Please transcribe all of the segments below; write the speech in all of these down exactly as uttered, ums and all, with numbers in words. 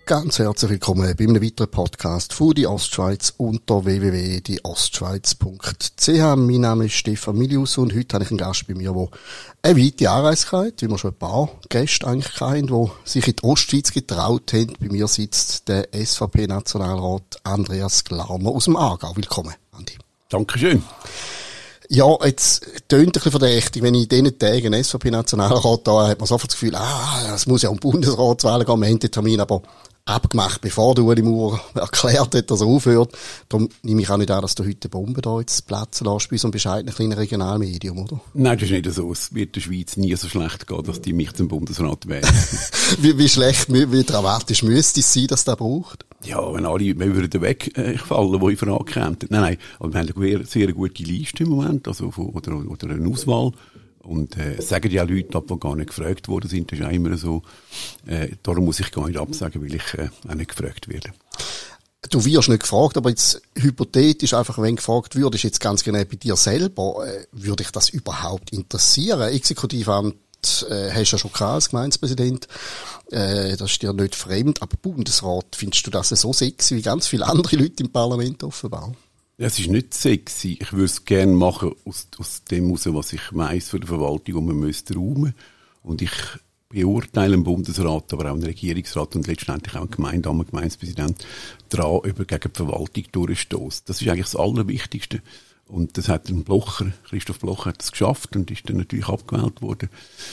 Ganz herzlich willkommen bei einem weiteren Podcast von die Ostschweiz unter w w w punkt die ostschweiz punkt c h. Mein Name ist Stefan Milius und heute habe ich einen Gast bei mir, der eine weite Anreise hat, wie wir schon ein paar Gäste eigentlich hatten, die sich in die Ostschweiz getraut haben. Bei mir sitzt der S V P-Nationalrat Andreas Glarner aus dem Aargau. Willkommen, Andi. Dankeschön. Ja, jetzt tönt ein bisschen verdächtig, wenn ich in diesen Tagen S V P-Nationalrat da habe, hat man sofort das Gefühl, ah, es muss ja um Bundesratswahlen gehen, wir haben den Termin aber abgemacht, bevor der Ueli Maurer erklärt hat, dass er aufhört. Darum nehme ich auch nicht an, dass du heute eine Bombe da jetzt platzen lässt bei so einem bescheidenen kleinen Regionalmedium, oder? Nein, das ist nicht so. Es wird der Schweiz nie so schlecht gehen, dass die mich zum Bundesrat wählen. wie, wie schlecht, wie, wie dramatisch müsste es sein, dass der braucht? Ja, wenn alle, wir würden wegfallen, die in Frage kämen. Nein, nein, aber wir haben eine sehr gute Liste im Moment, also, oder, oder eine Auswahl. Und, äh, sagen ja Leute ab, die gar nicht gefragt worden sind, das ist auch immer so. Äh, darum muss ich gar nicht absagen, weil ich, äh, auch nicht gefragt werde. Du wirst nicht gefragt, aber jetzt hypothetisch einfach, wenn gefragt würdest, jetzt ganz genau bei dir selber, äh, würde ich das überhaupt interessieren? Exekutivamt äh, hast du ja schon gehabt als Gemeindepräsident, äh, das ist dir nicht fremd, aber Bundesrat, findest du das so sexy wie ganz viele andere Leute im Parlament offenbar? Ja, es ist nicht sexy. Ich würde es gerne machen aus, aus dem heraus, was ich weiss von der Verwaltung, wo man müsste räumen. Und ich beurteile einen Bundesrat, aber auch einen Regierungsrat und letztendlich auch einen Gemeindeamt, einen Gemeindepräsident daran, über gegen die Verwaltung durchstoßen. Das ist eigentlich das Allerwichtigste. Und das hat ein Blocher, Christoph Blocher hat das geschafft und ist dann natürlich abgewählt worden.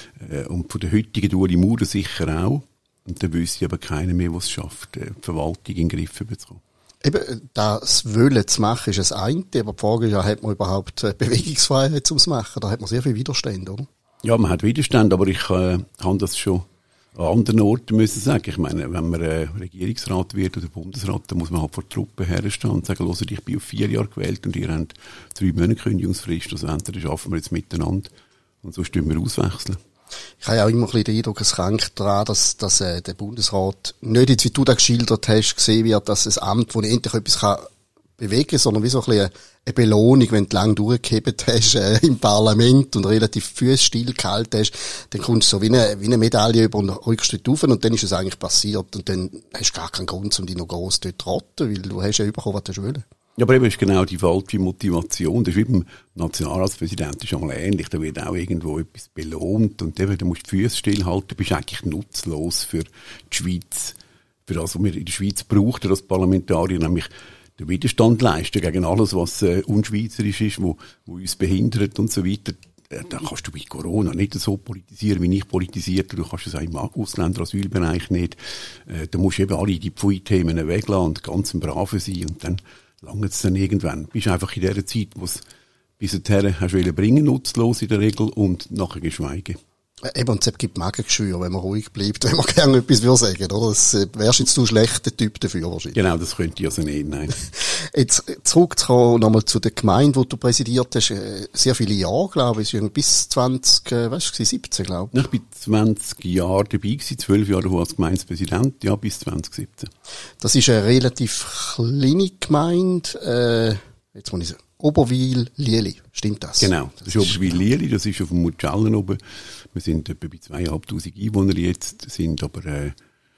Und von der heutigen Ueli Maurer sicher auch. Und da wüsste ich aber keiner mehr, der es schafft, die Verwaltung in den Griff zu bekommen. Eben, das Wollen zu machen ist das eine, aber die Frage ist ja, hat man überhaupt Bewegungsfreiheit zum Machen? Da hat man sehr viel Widerstand, oder? Ja, man hat Widerstand, aber ich äh, habe das schon an anderen Orten müssen sagen. Ich meine, wenn man äh, Regierungsrat wird oder Bundesrat, dann muss man halt vor der Truppe herstehen und sagen, hört, ich bin auf vier Jahre gewählt und ihr habt drei Monate Kündigungsfrist, also entweder schaffen wir jetzt miteinander und so stimmen wir auswechseln. Ich habe ja auch immer ein bisschen den Eindruck, es hängt daran, dass, dass äh, der Bundesrat nicht jetzt, wie du das geschildert hast, gesehen wird, dass ein Amt, wo nicht endlich etwas kann bewegen kann, sondern wie so ein bisschen eine Belohnung, wenn du lang durchgehebt hast äh, im Parlament und relativ die Füße stillgehalten hast, dann kommst du so wie eine, wie eine Medaille über und rückst dort rauf und dann ist es eigentlich passiert und dann hast du gar keinen Grund, um dich noch gross dort zu rotten, weil du hast ja bekommen, was du willst. Ja, aber eben ist genau die falsche Motivation. Das ist wie beim Nationalratspräsidenten ist einmal ähnlich. Da wird auch irgendwo etwas belohnt und eben, du musst die Füße stillhalten. Du bist eigentlich nutzlos für die Schweiz, für das, was wir in der Schweiz brauchen als Parlamentarier, nämlich den Widerstand leisten gegen alles, was äh, unschweizerisch ist, wo, wo uns behindert und so weiter. Äh, dann kannst du bei Corona nicht so politisieren, wie ich politisiert. Du kannst es auch im Ausländerasylbereich nicht. Äh, da musst du eben alle die Pfui-Themen weglassen und ganz ein Braver sein und dann lange es dann irgendwann. Du bist einfach in der Zeit, wo es bis dahin hast du bringen, nutzlos in der Regel und nachher geschweigen. Eben, und es gibt Magengeschwür, wenn man ruhig bleibt, wenn man gerne etwas will sagen, oder? Das äh, wärst jetzt du schlechter Typ dafür wahrscheinlich. Genau, das könnte ich also nicht, nein. Jetzt zurückzukommen nochmal zu der Gemeinde, die du präsidiert hast, äh, sehr viele Jahre, glaube ich, bis zwanzig, äh, weißt du, siebzehn, glaube ich. Ich bin zwanzig Jahre dabei gewesen, zwölf Jahre als Gemeindepräsident, ja, bis zwanzig siebzehn. Das ist eine relativ kleine Gemeinde, äh, jetzt muss ich sagen, Oberwil-Lieli, stimmt das? Genau, das, das ist Oberwil-Lieli, das ist auf dem Mutschellen oben. Wir sind etwa bei zweieinhalbtausend Einwohner jetzt, sind aber äh,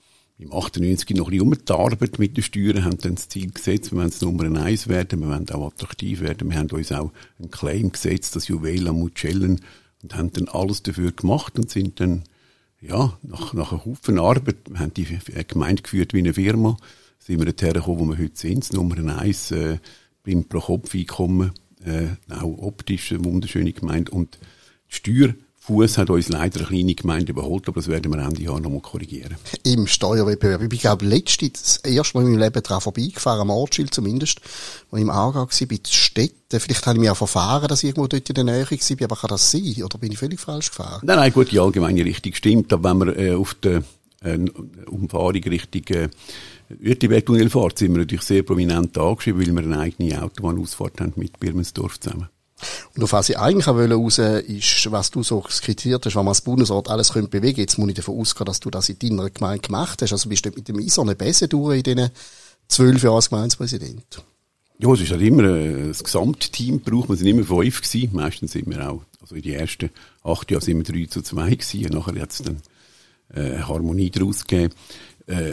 im achtundneunzig noch ein bisschen umgearbeitet mit den Steuern, haben dann das Ziel gesetzt, wir wollen das Nummer eins werden, wir wollen auch attraktiv werden, wir haben uns auch einen Claim gesetzt, das Juwel am Mutschellen, und haben dann alles dafür gemacht und sind dann, ja, nach, nach einem Haufen Arbeit, wir haben die Gemeinde geführt wie eine Firma, sind wir dorthin gekommen, wo wir heute sind, das Nummer eins, äh, beim Pro-Kopf-Einkommen, äh, auch optisch eine wunderschöne Gemeinde, und die Steuerfuss hat uns leider eine kleine Gemeinde überholt, aber das werden wir Ende Jahr nochmal korrigieren. Im Steuerwettbewerb. Ich bin, glaube ich, letztens das erste Mal in meinem Leben daran vorbeigefahren, am Ortsschild zumindest, wo ich im Aargau war, bei den Städten. Vielleicht habe ich mich auch verfahren, dass ich irgendwo dort in der Nähe war, aber kann das sein? Oder bin ich völlig falsch gefahren? Nein, nein, gut, die allgemeine Richtung stimmt, aber wenn man äh, auf der äh, Umfahrung Richtung äh, Uetliberg-Tunnel fährt, sind wir natürlich sehr prominent angeschrieben, weil wir eine eigene Autobahnausfahrt haben mit Birmensdorf zusammen. Und auf was ich eigentlich raus wollte, ist, was du so skizziert hast, was man als Bundesrat alles könnte bewegen. Jetzt muss ich davon ausgehen, dass du das in deiner Gemeinde gemacht hast. Also bist du mit dem eisernen Besen durch in diesen zwölf Jahren als Gemeindepräsident? Ja, es ist halt immer ein Gesamtteam, braucht man, sind immer fünf gewesen. Meistens sind wir auch, also in den ersten acht Jahren sind wir drei zu zwei gewesen. Und nachher hat es dann äh, Harmonie daraus gegeben. Äh,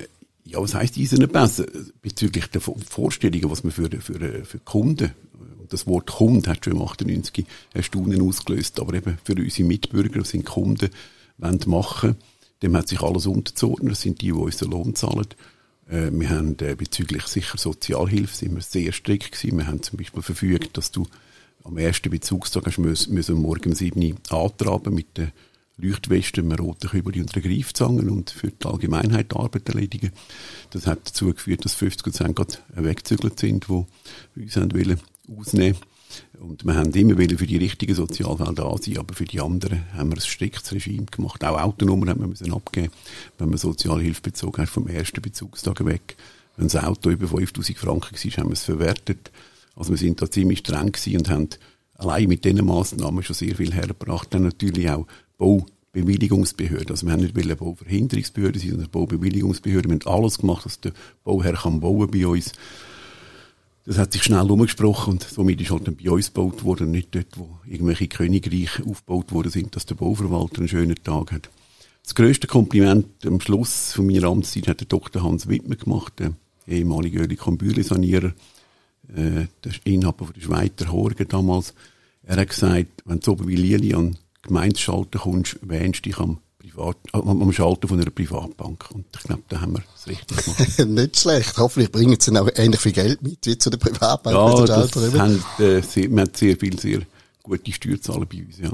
Ja, was heisst eiserne besser? Bezüglich der Vorstellungen, was man für, für, für Kunden, das Wort Kunde hat schon im achtundneunzig Erstaunen ausgelöst, aber eben für unsere Mitbürger, das sind Kunden, wollen machen, dem hat sich alles unterzuordnen, das sind die, die uns den Lohn zahlen. Äh, wir haben äh, bezüglich sicher Sozialhilfe sind wir sehr strikt gewesen. Wir haben zum Beispiel verfügt, dass du am ersten Bezugstag hast, müssen, müssen morgen um sieben Uhr antraben mit der Leuchtweste, einem roten Kübel und einer Greifzange und für die Allgemeinheit die Arbeit erledigen. Das hat dazu geführt, dass fünfzig Prozent gerade weggezügelt sind, die uns haben wollen ausnehmen. Und wir haben immer wieder für die richtigen Sozialfälle da sein, aber für die anderen haben wir ein striktes Regime gemacht. Auch Autonummern haben wir müssen abgeben, wenn wir Sozialhilfe bezogen haben, vom ersten Bezugstag weg. Wenn das Auto über fünftausend Franken war, haben wir es verwertet. Also wir sind da ziemlich streng gewesen und haben allein mit diesen Massnahmen schon sehr viel hergebracht. Dann natürlich auch Baubewilligungsbehörde. Also wir haben nicht eine Bauverhinderungsbehörde sein, sondern eine Baubewilligungsbehörde. Wir haben alles gemacht, dass der Bauherr kann bauen bei uns. Das hat sich schnell umgesprochen und somit ist halt dann bei uns gebaut worden, nicht dort, wo irgendwelche Königreiche aufgebaut worden sind, dass der Bauverwalter einen schönen Tag hat. Das grösste Kompliment am Schluss von meiner Amtszeit hat der Doktor Hans Wittmer gemacht, der ehemalige Oerlikon Bühle-Sanierer, äh, der Inhaber von der Schweiter Horgen damals. Er hat gesagt, wenn du so wie Lili an Gemeindeschalter kommst, wähnst du dich am Privat, am Schalter von einer Privatbank. Und ich glaube, da haben wir das richtig gemacht. Nicht schlecht. Hoffentlich bringen sie dann auch ähnlich viel Geld mit wie zu der Privatbank. Ja, das haben, äh, sehr, wir haben sehr viel, sehr gute Steuerzahler bei uns, ja.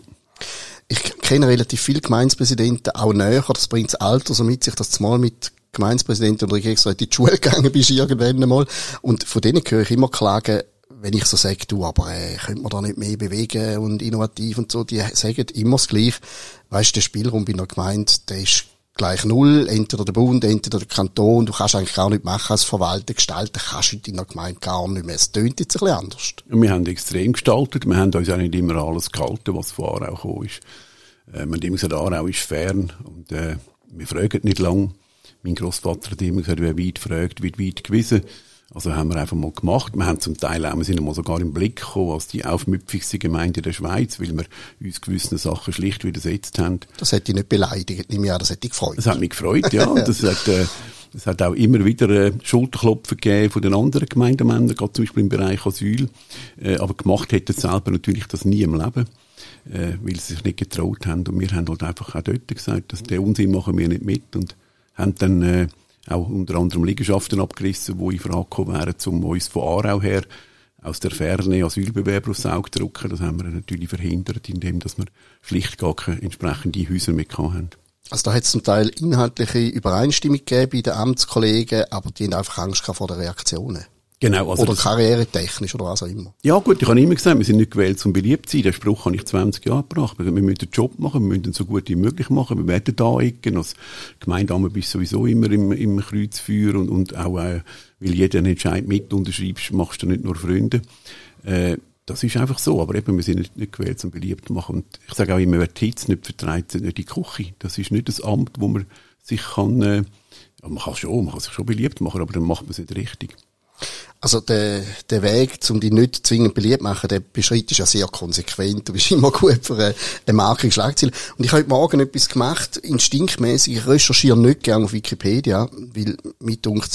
Ich kenne relativ viele Gemeindepräsidenten auch näher. Das bringt das Alter so mit sich, dass du mal mit Gemeindepräsidenten und Regierungsräten in die Schule gegangen bist irgendwann einmal. Und von denen höre ich immer klagen, wenn ich so sage, du, aber äh, könnte man da nicht mehr bewegen und innovativ und so, die sagen immer das Gleiche. Weißt du, der Spielraum bei einer Gemeinde, der ist gleich null, entweder der Bund, entweder der Kanton, du kannst eigentlich gar nicht machen als Verwalter, gestalten kannst du in deiner Gemeinde gar nicht mehr. Es tönt jetzt ein bisschen anders. Ja, wir haben extrem gestaltet, wir haben uns auch nicht immer alles gehalten, was von Aarau gekommen ist. Äh, wir haben immer gesagt, Aarau ist fern und äh, wir fragen nicht lang. Mein Grossvater hat immer gesagt, wer weit fragt, wird weit gewiesen. Also haben wir einfach mal gemacht. Wir haben zum Teil auch, wir sind mal sogar im Blick gekommen als die aufmüpfigste Gemeinde der Schweiz, weil wir uns gewissen Sachen schlicht widersetzt haben. Das hat dich nicht beleidigt, nehme ich an, das hat dich gefreut. Das hat mich gefreut, ja. Und das hat, äh, das hat auch immer wieder äh, Schulterklopfen gegeben von den anderen Gemeindemännern, gerade zum Beispiel im Bereich Asyl. Äh, aber gemacht hätten sie selber natürlich das nie im Leben, äh, weil sie sich nicht getraut haben. Und wir haben halt einfach auch dort gesagt, dass den Unsinn machen wir nicht mit und haben dann äh, auch unter anderem Liegenschaften abgerissen, die in Frage gekommen wären, um uns von Aarau her aus der Ferne Asylbewerber aufs Auge zu drücken. Das haben wir natürlich verhindert, indem dass wir schlicht gar keine entsprechenden Häuser mehr hatten. Also da hat es zum Teil inhaltliche Übereinstimmung gegeben bei den Amtskollegen, aber die haben einfach Angst vor den Reaktionen. Genau. Also oder karrieretechnisch oder was auch immer. Ja gut, ich habe immer gesagt, wir sind nicht gewählt zum beliebt sein. Den Spruch habe ich zwanzig Jahre gebracht. Wir müssen den Job machen, wir müssen ihn so gut wie möglich machen. Wir werden da ecken. Als Gemeindeamt bist du sowieso immer im, im Kreuzfeuer und, und auch, äh, weil jeder einen Entscheid mit unterschreibst, machst du nicht nur Freunde. Äh, das ist einfach so. Aber eben, wir sind nicht, nicht gewählt zum beliebt machen. Und ich sage auch immer, wer die Hitze nicht vertreibt, nicht die Küche. Das ist nicht das Amt, wo man sich kann, äh, ja, man kann schon, man kann sich schon beliebt machen, aber dann macht man es nicht richtig. Also der, der Weg, um dich nicht zwingend beliebt zu machen, der beschreibt ist ja sehr konsequent. Du bist immer gut für eine, eine markige Schlagzeile. Und ich habe heute Morgen etwas gemacht, instinktmäßig. Ich recherchiere nicht gerne auf Wikipedia, weil mit uns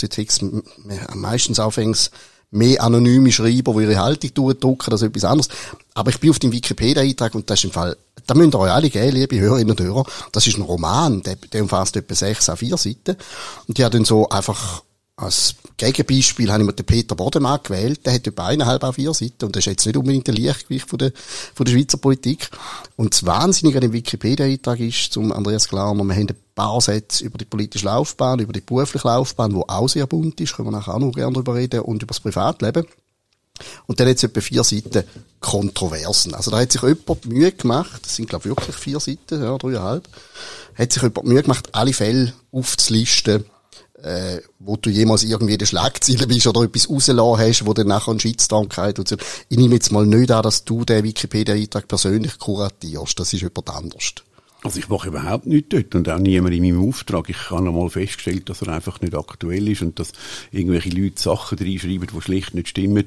meistens anfängt mehr anonyme Schreiber, die ihre Haltung durchdrücken, als etwas anderes. Aber ich bin auf dem Wikipedia-Eintrag und das ist im Fall, da müsst ihr euch alle geben, liebe Hörerinnen und Hörer. Das ist ein Roman, der, der umfasst etwa sechs A vier Seiten. Und die hat dann so einfach als Gegenbeispiel habe ich mir den Peter Bodemann gewählt. Der hat etwa eineinhalb A vier Seiten und das ist jetzt nicht unbedingt der Leichtgewicht von der, von der Schweizer Politik. Und das Wahnsinnige an dem Wikipedia-Eintrag ist, zum Andreas Glarner, wir haben ein paar Sätze über die politische Laufbahn, über die berufliche Laufbahn, die auch sehr bunt ist, können wir nachher auch noch gerne drüber reden, und über das Privatleben. Und dann hat es etwa vier Seiten Kontroversen. Also da hat sich jemand die Mühe gemacht, das sind glaube ich wirklich vier Seiten, ja, dreieinhalb, hat sich jemand die Mühe gemacht, alle Fälle aufzulisten, äh, wo du jemals irgendwie in den Schlagzeilen bist oder etwas rausgelassen hast, wo dann nachher ein Shitstorm gehabt und so. Ich nehme jetzt mal nicht an, dass du den Wikipedia-Eintrag persönlich kuratierst. Das ist jemand anders. Also ich mache überhaupt nichts dort und auch niemand in meinem Auftrag. Ich habe einmal festgestellt, dass er einfach nicht aktuell ist und dass irgendwelche Leute Sachen reinschreiben, die schlicht nicht stimmen.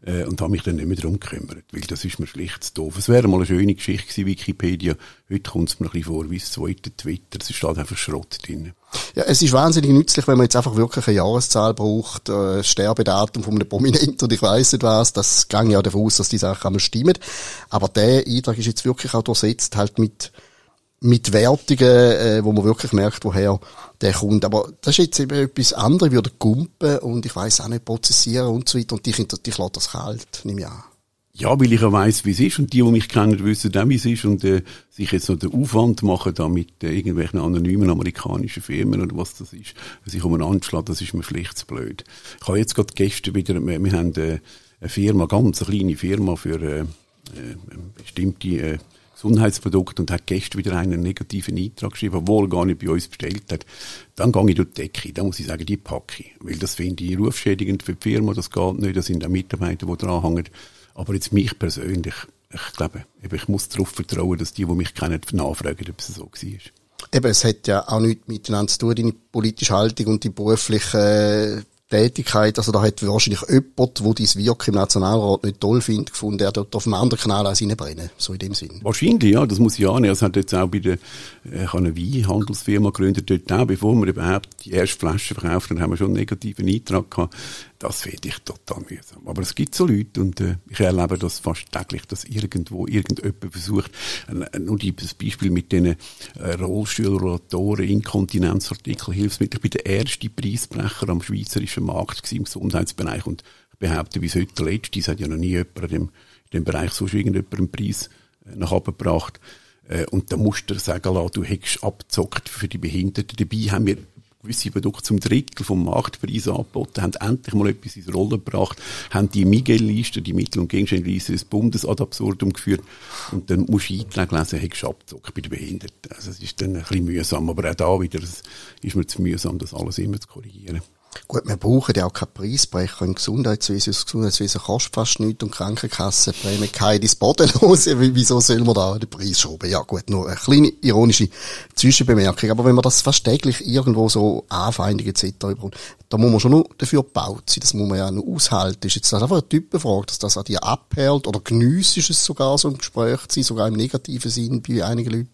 Äh, und habe mich dann nicht mehr darum gekümmert, weil das ist mir schlicht zu doof. Es wäre mal eine schöne Geschichte gewesen, Wikipedia. Heute kommt es mir ein bisschen vor wie das zweite Twitter. Es ist halt einfach Schrott drin. Ja, es ist wahnsinnig nützlich, wenn man jetzt einfach wirklich eine Jahreszahl braucht, äh, Sterbedatum von einem Prominenten und ich weiss nicht was. Das ging ja davon aus, dass die Sachen einmal stimmen. Aber der Eintrag ist jetzt wirklich auch durchsetzt, halt mit mit Wertungen, äh, wo man wirklich merkt, woher der kommt. Aber das ist jetzt eben etwas anderes, wie der Gumpen und ich weiss auch nicht, prozessieren und so weiter. Und dich, dich lässt das kalt, nehme ich an. Ja, weil ich ja weiss, wie es ist und die, die mich kennen, wissen auch, wie es ist und äh, sich jetzt noch den Aufwand machen, da mit äh, irgendwelchen anonymen amerikanischen Firmen oder was das ist, sich umeinander schlagen, das ist mir schlicht zu blöd. Ich habe jetzt gerade gestern wieder, wir, wir haben äh, eine Firma, ganz eine kleine Firma für äh, äh, bestimmte äh, Gesundheitsprodukte und hat gestern wieder einen negativen Eintrag geschrieben, obwohl er gar nicht bei uns bestellt hat. Dann gehe ich durch die Decke. Da muss ich sagen, die packe ich. Weil das finde ich rufschädigend für die Firma, das geht nicht. Das sind auch Mitarbeiter, die dranhängen. Aber jetzt mich persönlich, ich glaube, ich muss darauf vertrauen, dass die, die mich kennen, nachfragen, ob es so war. Eben, es hat ja auch nichts miteinander zu tun, deine politische Haltung und die berufliche Tätigkeit. Also da hat wahrscheinlich jemand, der dein Wirken im Nationalrat nicht toll findet, gefunden, er dort auf einem anderen Kanal als reinbrennen. So in dem Sinn. Wahrscheinlich, ja, das muss ich annehmen. Es hat jetzt auch bei der, ich habe eine Weinhandelsfirma gegründet, dort auch, bevor wir überhaupt die erste Flasche verkauft haben, haben wir schon einen negativen Eintrag gehabt. Das finde ich total mühsam. Aber es gibt so Leute und äh, ich erlebe das fast täglich, dass irgendwo irgendjemand versucht, äh, nur das Beispiel mit diesen äh, Rollstuhlrollatoren, Inkontinenzartikel, Hilfsmittel. Ich bin der erste Preisbrecher am schweizerischen Markt gewesen, im Gesundheitsbereich und ich behaupte bis heute der Letzte, es hat ja noch nie jemand in dem, in dem Bereich sonst irgendjemand einen Preis äh, nach oben gebracht. Äh, und da musst du dir sagen lassen, du hättest abgezockt für die Behinderten. Dabei haben wir gewisse Produkte zum Drittel vom Marktpreis angeboten, haben endlich mal etwas ins Rollen gebracht, haben die Miguel-Liste, die Mittel- und Gegenstände-Liste des Bundes ad absurdum geführt und dann musst du Einträge lesen, hättest du abgezockt bei den Behinderten. Also es ist dann ein bisschen mühsam, aber auch da wieder, es ist mir zu mühsam, das alles immer zu korrigieren. Gut, wir brauchen ja auch keine Preisbrecher im Gesundheitswesen. Das Gesundheitswesen kostet fast nichts und Krankenkassenprämie fallen ins Bodenlose. Wieso soll man da den Preis schrauben? Ja gut, nur eine kleine ironische Zwischenbemerkung. Aber wenn man das fast täglich irgendwo so Anfeindungen et cetera bekommt, da muss man schon noch dafür gebaut sein. Das muss man ja noch aushalten. Ist jetzt das einfach eine Typenfrage, dass das an dir abhält oder geniessest es sogar so ein Gespräch zu sein, sogar im negativen Sinn bei einigen Leuten?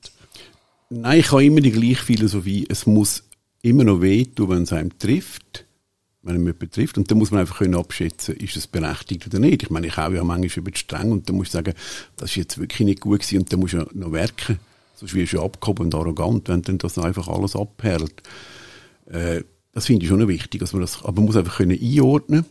Nein, ich habe immer die gleiche Philosophie. Es muss immer noch wehtun, wenn es einem trifft. Wenn es jemanden trifft. Und dann muss man einfach können abschätzen, ist es berechtigt oder nicht. Ich meine, ich hau ja manchmal über die Stränge und dann musst du sagen, das ist jetzt wirklich nicht gut gewesen und dann musst du noch werken. Sonst wirst du abgehoben und arrogant, wenn dann das einfach alles abperlt. Äh, das finde ich schon wichtig, dass man das, aber man muss einfach können einordnen.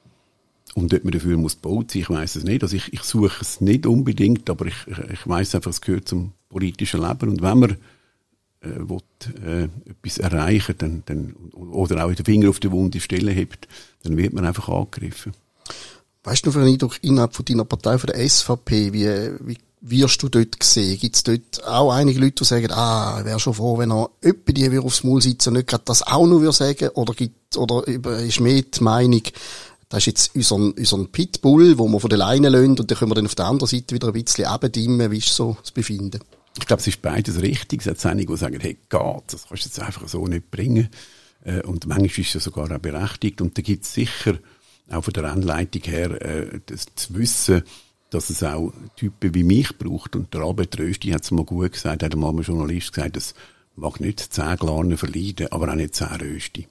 Und ob man dafür muss gebaut sein, ich weiss es nicht. Also ich, ich suche es nicht unbedingt, aber ich, ich, ich weiss einfach, es gehört zum politischen Leben. Und wenn man Äh, will, äh, etwas erreichen, dann, dann, oder auch den Finger auf die wunde Stelle hebt, dann wird man einfach angegriffen. Weißt du für einen Eindruck innerhalb von deiner Partei, von der S V P, wie, wie wirst du dort gesehen? Gibt es dort auch einige Leute, die sagen, ah, ich wäre schon froh, wenn er jemand die aufs Maul sitzen, nicht gerade das auch noch würde sagen, oder gibt, oder ist mehr die Meinung, das ist jetzt unser, unser Pitbull, wo wir von der Leine lassen, und dann können wir dann auf der anderen Seite wieder ein bisschen abdimmen. Wie ist so das Befinden? Ich glaube, es ist beides richtig. Es hat einige, die sagen, hey, geht, das kannst du jetzt einfach so nicht bringen. Und manchmal ist es sogar auch berechtigt. Und da gibt es sicher, auch von der Anleitung her, das zu wissen, dass es auch Typen wie mich braucht. Und der Albert Rösti hat es mal gut gesagt, hat einmal ein Journalist gesagt, es mag nicht zehn Glarnen verleiden, aber auch nicht zehn Rösti.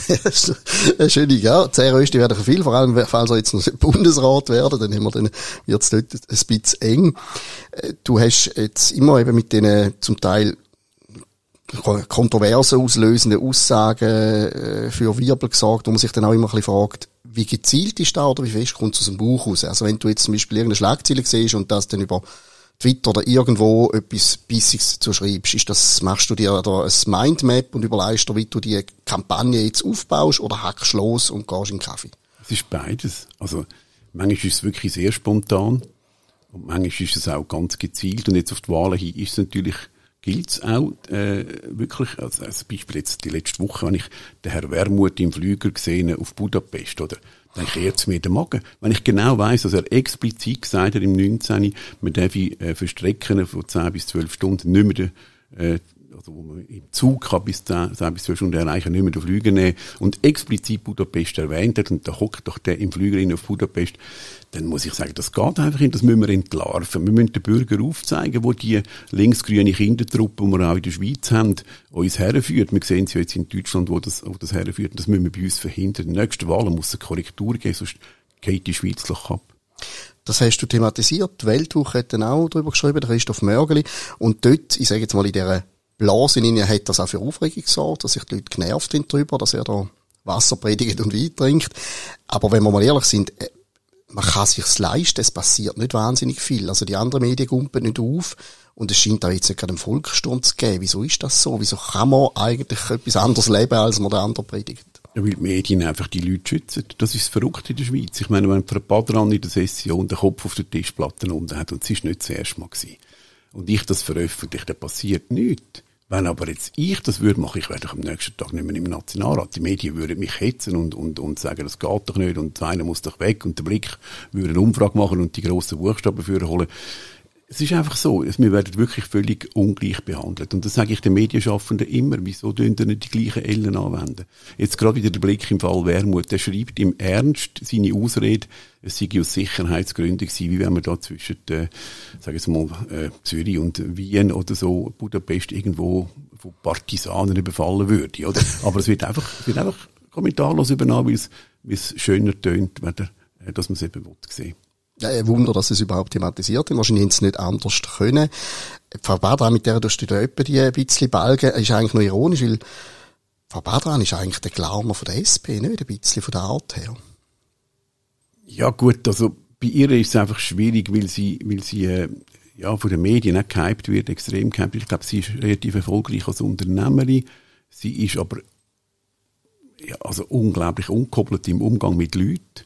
Schön, ja. Zehn Rösti werden viel, vor allem, falls er jetzt noch Bundesrat werden, dann haben wir dann, wird's dort ein bisschen eng. Du hast jetzt immer eben mit diesen, zum Teil, kontroverse auslösenden Aussagen für Wirbel gesagt, wo man sich dann auch immer ein bisschen fragt, wie gezielt ist da oder wie fest kommt es aus dem Bauch raus? Also wenn du jetzt zum Beispiel irgendeine Schlagzeile siehst und das dann über Twitter oder irgendwo etwas Bissiges dazu schreibst, ist das, machst du dir da ein Mindmap und überlegst dir, wie du die Kampagne jetzt aufbaust oder hackst los und gehst in den Kaffee? Es ist beides. Also manchmal ist es wirklich sehr spontan und manchmal ist es auch ganz gezielt und jetzt auf die Wahlen hin ist es natürlich, gilt es auch äh, wirklich, also als Beispiel jetzt die letzte Woche, wenn ich den Herrn Wermuth im Flüger gesehen auf Budapest, oder dann kehrt es mir den Magen. Wenn ich genau weiss, dass er explizit gesagt hat im neunzehn, man darf äh, für Strecken von zehn bis zwölf Stunden nicht mehr, den, äh, also wo man im Zug kann bis zehn bis zwölf Stunden erreichen, nicht mehr den Flüger nehmen und explizit Budapest erwähnt hat und da hockt doch der im Flüger rein auf Budapest, dann muss ich sagen, das geht einfach nicht, das müssen wir entlarven. Wir müssen den Bürgern aufzeigen, wo die linksgrüne Kindertruppe, die wir auch in der Schweiz haben, uns herführt. Wir sehen es ja jetzt in Deutschland, wo das, wo das herführt. Und das müssen wir bei uns verhindern. In den nächsten Wahlen muss es eine Korrektur geben, sonst geht die Schweiz gleich ab. Das hast du thematisiert. Die Weltwoche hat dann auch darüber geschrieben, der Christoph Mörgeli. Und dort, ich sage jetzt mal, in dieser Blase in ihnen hat das auch für Aufregung gesorgt, dass sich die Leute genervt sind darüber, dass er da Wasser predigt und Wein trinkt. Aber wenn wir mal ehrlich sind, man kann sich's leisten, es passiert nicht wahnsinnig viel. Also die anderen Medien gumpen nicht auf und es scheint auch jetzt nicht gerade einen Volkssturm zu geben. Wieso ist das so? Wieso kann man eigentlich etwas anderes leben, als man der andere predigt? Ja, weil die Medien einfach die Leute schützen. Das ist verrückt in der Schweiz. Ich meine, wenn Frau Badran in der Session den Kopf auf der Tischplatte unten hat, und es ist nicht das erste Mal gewesen, und ich das veröffentliche, dann passiert nichts. Wenn aber jetzt ich das würde machen, ich wäre doch am nächsten Tag nicht mehr im Nationalrat. Die Medien würden mich hetzen und, und, und sagen, das geht doch nicht und einer muss doch weg und der Blick würde eine Umfrage machen und die grossen Buchstaben führen holen. Es ist einfach so, wir werden wirklich völlig ungleich behandelt. Und das sage ich den Medienschaffenden immer. Wieso tun die nicht die gleichen Ellen anwenden? Jetzt gerade wieder der Blick im Fall Wermuth. Der schreibt im Ernst seine Ausrede, es sei aus Sicherheitsgründen gewesen, wie wenn man da zwischen, äh, sagen wir mal, äh, Zürich und Wien oder so, Budapest irgendwo von Partisanen überfallen würde, oder? Aber es wird einfach, es wird einfach kommentarlos übernommen, weil es, weil es schöner tönt, wenn äh, dass man es eben sehen. Ja, ein Wunder, dass es überhaupt thematisiert wird. Wahrscheinlich hätten sie es nicht anders können. Frau Badran, mit der du da etwa die ein bisschen balgen, ist eigentlich noch ironisch, weil Frau Badran ist eigentlich der Glarner von der S P, nicht ein bisschen von der Art her. Ja gut, also bei ihr ist es einfach schwierig, weil sie, weil sie äh, ja von den Medien auch gehypt wird, extrem gehypt wird. Ich glaube, sie ist relativ erfolgreich als Unternehmerin. Sie ist aber ja, also unglaublich unkoppelt im Umgang mit Leuten.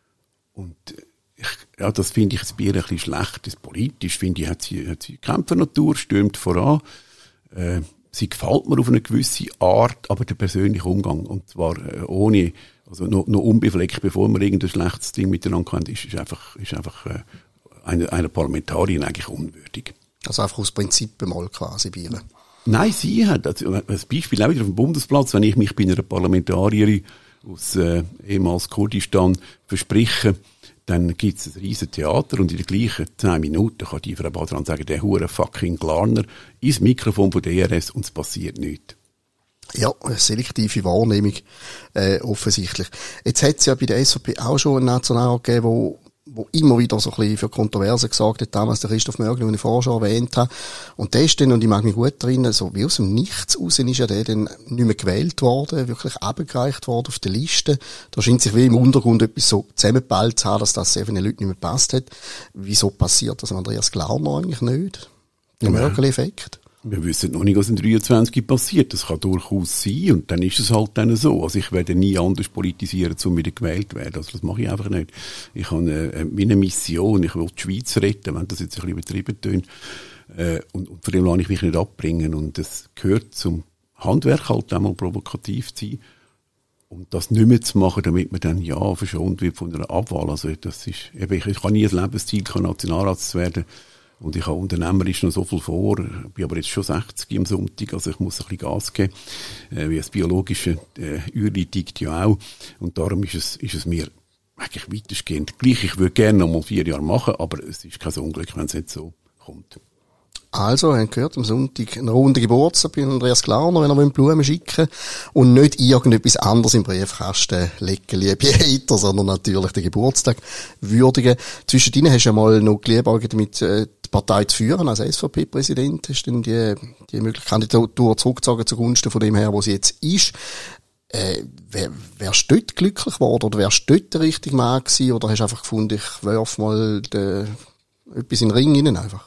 Und ich, ja, das finde ich jetzt bei ihr ein bisschen schlecht. Das politisch, finde ich, hat sie, hat sie Kämpfernatur, stürmt voran. Äh, sie gefällt mir auf eine gewisse Art, aber der persönliche Umgang, und zwar äh, ohne, also noch, noch unbefleckt, bevor wir irgendein schlechtes Ding miteinander haben, ist, ist einfach, ist einfach äh, eine, eine Parlamentarierin eigentlich unwürdig. Also einfach aus Prinzip mal quasi bei ihr. Nein, sie hat, also, als Beispiel auch wieder auf dem Bundesplatz, wenn ich mich bei einer Parlamentarierin aus äh, ehemals Kurdistan verspreche, dann gibt es ein riesen Theater und in den gleichen zehn Minuten kann die Frau Badran sagen, der hure fucking Glarner ins Mikrofon von D R S und es passiert nichts. Ja, eine selektive Wahrnehmung, äh, offensichtlich. Jetzt hat es ja bei der S V P auch schon einen Nationalrat gegeben, wo wo immer wieder so ein bisschen für Kontroversen gesagt hat, damals der Christoph Mörgeli, den ich vorher schon erwähnt habe. Und der ist dann, und ich mag mich gut erinnern, so wie aus dem Nichts raus ist ja der dann nicht mehr gewählt worden, wirklich abgereicht worden auf der Liste. Da scheint sich wie im Untergrund etwas so zusammengeballt zu haben, dass das sehr vielen Leuten nicht mehr gepasst hat. Wieso passiert das Andreas Glarner eigentlich nicht? Der ja. Mörgeli-Effekt? Wir wissen noch nicht, was in dreiundzwanzig passiert. Das kann durchaus sein und dann ist es halt dann so. Also ich werde nie anders politisieren, um wieder gewählt zu werden. Also das mache ich einfach nicht. Ich habe eine, eine Mission, ich will die Schweiz retten, wenn das jetzt ein bisschen übertrieben tönt. Äh, und, und von dem lasse ich mich nicht abbringen. Und das gehört zum Handwerk halt einmal provokativ zu sein. Und das nicht mehr zu machen, damit man dann ja verschont wird von einer Abwahl. Also das ist, eben, ich, ich habe nie ein Lebensziel, Nationalrat zu werden. Und ich habe unternehmerisch noch so viel vor, bin aber jetzt schon sechzig am Sonntag, also ich muss ein bisschen Gas geben, äh, wie das biologische äh, Uhrli tickt ja auch. Und darum ist es, ist es mir eigentlich weitestgehend gleich. Ich würde gerne noch mal vier Jahre machen, aber es ist kein Unglück, wenn es nicht so kommt. Also, wir haben gehört, am Sonntag eine runde Geburtstag bei Andreas Glarner, wenn er Blumen schicken und nicht irgendetwas anderes im Briefkasten legen, liebe Hater, sondern natürlich den Geburtstag würdigen. Zwischendrin hast du ja mal noch geliebäugelt damit, äh, die Partei zu führen als S V P-Präsident. Hast du dann die, die mögliche Kandidatur zurückgezogen zugunsten von dem her, wo sie jetzt ist. Äh, wär, wärst du dort glücklich geworden oder wärst du dort der richtige Mann gewesen oder hast du einfach gefunden, ich werf mal den, etwas in den Ring rein einfach?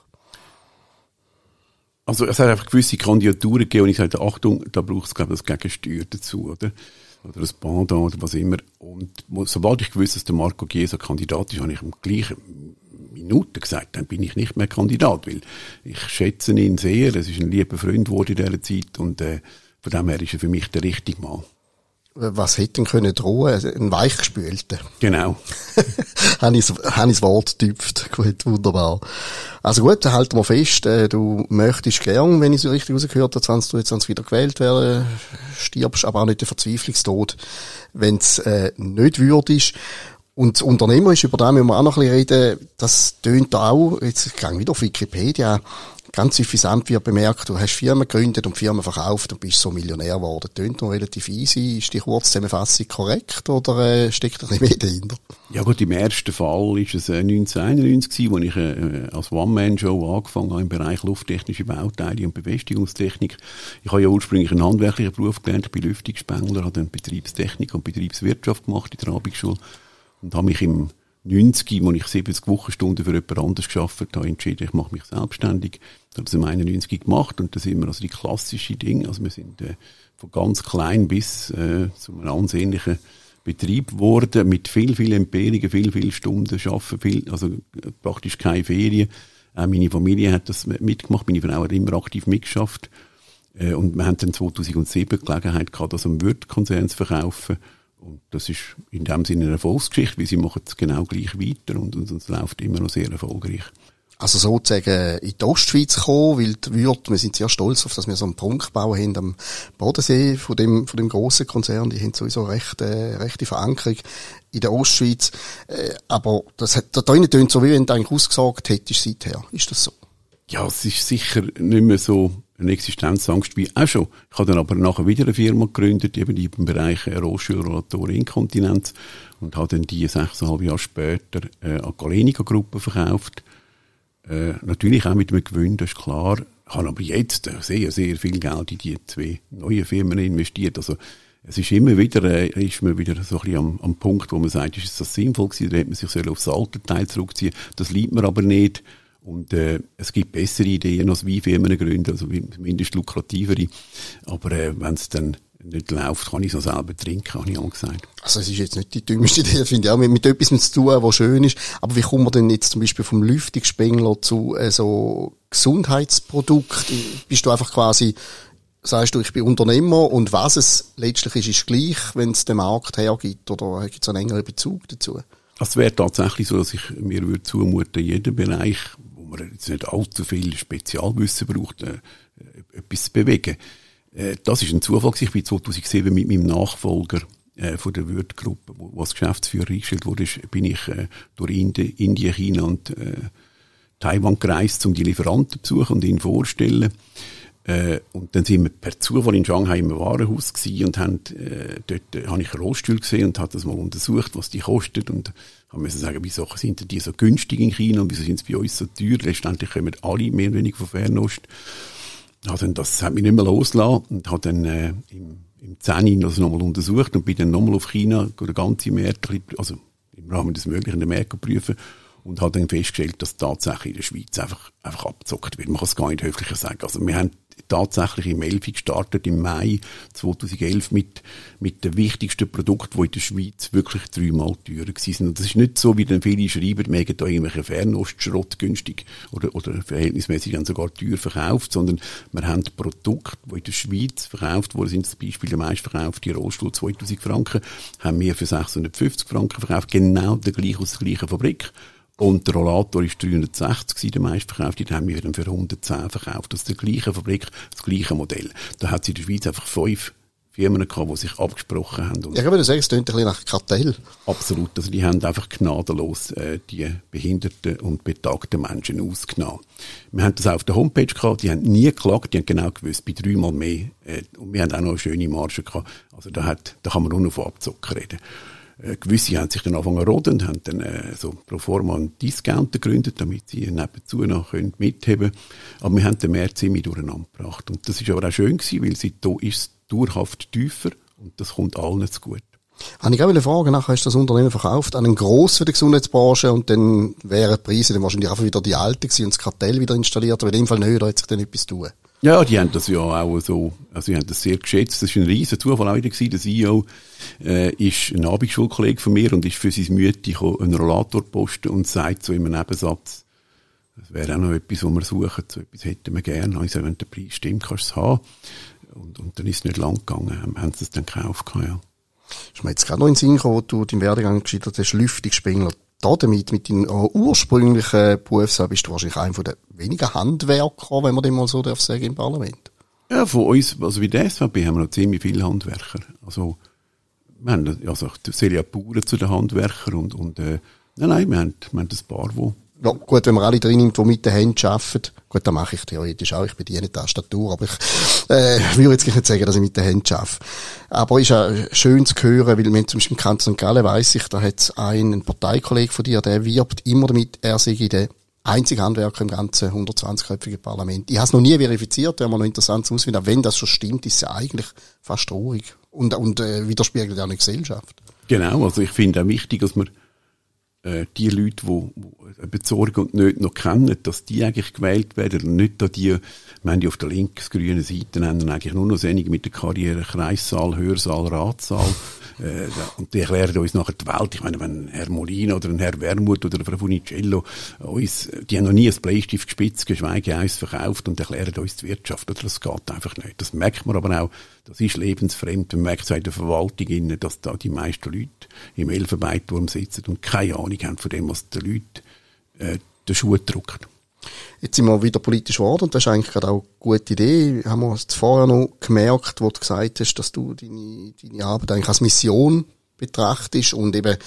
Also es hat einfach gewisse Kandidaturen gegeben und ich sagte, Achtung, da braucht es, glaube ich, das Gegensteuer dazu, oder? Oder ein Pendant oder was immer. Und sobald ich gewusst, dass der Marco Chiesa Kandidat ist, habe ich im gleichen Minute gesagt, dann bin ich nicht mehr Kandidat, weil ich schätze ihn sehr, es ist ein lieber Freund geworden in dieser Zeit und äh, von dem her ist er für mich der richtige Mann. was hätte denn können drohen? Ein Weichgespülter. Genau. Habe ich das Wort getüpft. Gut, wunderbar. Also gut, dann halten wir fest, äh, du möchtest gern, wenn ich so richtig rausgehört habe, wenn du jetzt wieder gewählt werden, stirbst, aber auch nicht den Verzweiflungstod, wenn es äh, nicht würdest. Und das Unternehmer ist, über das müssen wir auch noch ein bisschen reden, das tönt da auch, jetzt gehe ich wieder auf Wikipedia, ganz suffisant wird bemerkt, du hast Firmen gegründet und Firmen verkauft und bist so Millionär geworden. Tönt noch relativ easy. Ist die Kurzzusammenfassung korrekt oder äh, steckt da nicht mehr dahinter? Ja gut, im ersten Fall ist es äh, neunzehnhunderteinundneunzig gewesen, als ich äh, als One-Man-Show angefangen habe im Bereich lufttechnische Bauteile und Befestigungstechnik. Ich habe ja ursprünglich einen handwerklichen Beruf gelernt, ich bin Lüftungsspengler, habe dann Betriebstechnik und Betriebswirtschaft gemacht in der Abendschule und habe mich im neunzig, als ich siebzig Wochenstunden für jemand anderes gearbeitet habe, entschieden, ich mache mich selbstständig. Das habe ich im einundneunzig gemacht und da sind wir also die klassischen Dinge, also wir sind äh, von ganz klein bis äh, zu einem ansehnlichen Betrieb geworden, mit viel, viel Empfehlungen, viel, viel Stunden arbeiten, viel, also äh, praktisch keine Ferien. Auch meine Familie hat das mitgemacht, meine Frau hat immer aktiv mitgeschafft. Äh, und wir haben dann zweitausendsieben die Gelegenheit gehabt, das am Würth-Konzern zu verkaufen. Und das ist in dem Sinne eine Erfolgsgeschichte, weil sie machen es genau gleich weiter und, und, und es läuft immer noch sehr erfolgreich. Also sozusagen in die Ostschweiz kommen, weil die Würth, wir sind sehr stolz auf, dass wir so einen Prunkbau haben am Bodensee von dem, von dem grossen Konzern, die haben sowieso recht, äh, rechte Verankerung in der Ostschweiz. Äh, aber das hat, da drinnen tönt so, wie wenn du eigentlich ausgesagt hättest seither. Ist das so? Ja, es ist sicher nicht mehr so eine Existenzangst wie auch schon. Ich habe dann aber nachher wieder eine Firma gegründet, eben im Bereich Rollstuhlrollatoren Inkontinenz und habe dann die sechseinhalb Jahre später äh, an die Galenica-Gruppe verkauft. Äh, natürlich auch mit einem Gewinn, das ist klar. Ich habe aber jetzt sehr, sehr viel Geld in die zwei neuen Firmen investiert. Also es ist immer wieder, äh, ist man wieder so ein bisschen am, am Punkt, wo man sagt, ist das sinnvoll gewesen, da hätte man sich aufs alte Teil zurückziehen. Das liebt man aber nicht. Und äh, es gibt bessere Ideen als wie Firmen gründen, also mindestens lukrativere. Aber äh, wenn es dann nicht läuft, kann ich es auch selber trinken, habe ich auch gesagt. Also es ist jetzt nicht die dümmste Idee, finde ich auch, mit, mit etwas zu tun, was schön ist. Aber wie kommt man denn jetzt zum Beispiel vom Lüftungsspengler zu äh, so Gesundheitsprodukt? Bist du einfach quasi, sagst du, ich bin Unternehmer und was es letztlich ist, ist gleich, wenn es den Markt hergibt, oder gibt es einen engeren Bezug dazu? Also es wäre tatsächlich so, dass ich mir würde zumuten, in jedem Bereich, wo man jetzt nicht allzu viel Spezialwissen braucht, äh, etwas zu bewegen. Äh, das ist ein Zufall. Ich bin zweitausendsieben mit meinem Nachfolger äh, von der Würth-Gruppe, wo, wo als Geschäftsführer eingestellt wurde, bin ich äh, durch Indien, Indien, China und äh, Taiwan gereist, um die Lieferanten zu besuchen und ihnen vorzustellen. Äh, und dann sind wir per Zufall in Shanghai im Warenhaus gewesen und haben, äh, dort äh, habe ich einen Rollstuhl gesehen und habe das mal untersucht, was die kostet und haben müssen sagen, wieso sind die so günstig in China und wieso sind sie bei uns so teuer? Letztendlich kommen alle mehr oder weniger von Fernost. Also das hat mich nicht mehr losgelassen und habe dann äh, im, im zehn das nochmal untersucht und bin dann nochmal auf China, den ganzen Markt, also im Rahmen des Möglichen den Markt prüfen und habe dann festgestellt, dass tatsächlich in der Schweiz einfach, einfach abgezockt wird. Man kann es gar nicht höflicher sagen. Also wir haben tatsächlich im elf gestartet, im Mai zweitausendelf mit, mit dem wichtigsten Produkt, wo in der Schweiz wirklich dreimal teurer waren. Und das ist nicht so, wie dann viele schreiben, wir haben da irgendwelche Fernostschrott günstig oder, oder verhältnismäßig dann sogar teuer verkauft, sondern wir haben Produkte, die in der Schweiz verkauft wurden, sind zum Beispiel der meistverkaufte Rollstuhl zweitausend Franken, haben wir für sechshundertfünfzig Franken verkauft, genau der gleiche aus der gleichen Fabrik. Und der Rollator war dreihundertsechzig, der meistverkaufte, den haben wir dann für hundertzehn verkauft. Aus der gleichen Fabrik, das gleiche Modell. Da hat es in der Schweiz einfach fünf Firmen gehabt, die sich abgesprochen haben. Und ja, ich würde sagen, es klingt ein bisschen nach Kartell. Absolut. Also die haben einfach gnadenlos äh, die behinderten und betagten Menschen ausgenommen. Wir haben das auch auf der Homepage gehabt, die haben nie geklagt, die haben genau gewusst, bei dreimal mehr. Äh, und wir haben auch noch eine schöne Marge gehabt. Also da, hat, da kann man nur noch von Abzocken reden. Äh, gewisse haben sich dann angefangen zu roden und haben dann äh, so pro forma einen Discounter gegründet, damit sie nebenzu noch können mitheben können. Aber wir haben den Markt ziemlich durcheinander gebracht. Und das ist aber auch schön gewesen, weil seitdem ist es dauerhaft tiefer und das kommt allen zu gut. Habe ich auch eine Frage, nachher hast du das Unternehmen verkauft an einen Gross für die Gesundheitsbranche und dann wären die Preise dann wahrscheinlich einfach wieder die alten gewesen und das Kartell wieder installiert, aber in dem Fall nicht, da hat sich dann etwas zu tun. Ja, die haben das ja auch so, also die haben das sehr geschätzt. Das war ein riesen Zufall auch wieder gewesen. Der C E O, äh, ist ein Abendschulkollege von mir und ist für sein Mütti einen Rollator posten und sagt so in einem Nebensatz, das wäre auch noch etwas, was wir suchen, so etwas hätten wir gerne. Ich sage, wenn der Preis stimmt, kannst du es haben. Und, und dann ist es nicht lang gegangen, haben sie es dann gekauft, ja. Ist mir jetzt gerade noch in den Sinn gekommen, wo du deinen Werdegang geschildert hast, Lüftungsspengler. Da damit, mit deinem ursprünglichen Berufsjahr, bist du wahrscheinlich einer der wenigen Handwerker, wenn man dem mal so darf sagen, im Parlament. Ja, von uns, also wie der S V P haben wir noch ziemlich viele Handwerker. Also, wir haben, also, Celia Bauern zu den Handwerkern und, und, äh, nein, nein, wir haben, wir haben ein paar, die. Ja, gut, wenn man alle drin nimmt, die mit den Händen arbeiten. Gut, das mache ich theoretisch auch. Ich bediene die Tastatur, aber ich, äh, würde jetzt nicht sagen, dass ich mit den Händen arbeite. Aber ist ja schön zu hören, weil wir zum Beispiel im Kanton Sankt Gallen weiss ich, da hat es einen Parteikollegen von dir, der wirbt immer damit, er sei der einzige Handwerker im ganzen hundertzwanzig-köpfigen Parlament. Ich habe es noch nie verifiziert, wäre mir noch interessant zu ausfinden, aber wenn das schon stimmt, ist es ja eigentlich fast traurig. Und, und, äh, widerspiegelt auch eine Gesellschaft. Genau, also ich finde auch wichtig, dass man die Leute, die, die Besorgen und nicht noch kennen, dass die eigentlich gewählt werden und nicht da die, wir haben die auf der links-grünen Seite haben eigentlich nur noch Sendungen mit der Karriere Kreissaal, Hörsaal, Ratssaal äh, und die erklären uns nachher die Welt. Ich meine, wenn Herr Molina oder ein Herr Wermuth oder Frau Funicello uns, die haben noch nie ein Bleistift gespitzt, geschweige eins verkauft und erklären uns die Wirtschaft. Oder das geht einfach nicht. Das merkt man aber auch, das ist lebensfremd. Man merkt es auch in der Verwaltung, dass da die meisten Leute im Elfenbeinturm sitzen und keine Ahnung haben von dem, was den Leuten äh, den Schuh drückt. Jetzt sind wir wieder politisch geworden und das ist eigentlich gerade auch eine gute Idee. Haben wir es vorher noch gemerkt, wo du gesagt hast, dass du deine, deine Arbeit eigentlich als Mission betrachtest und eben,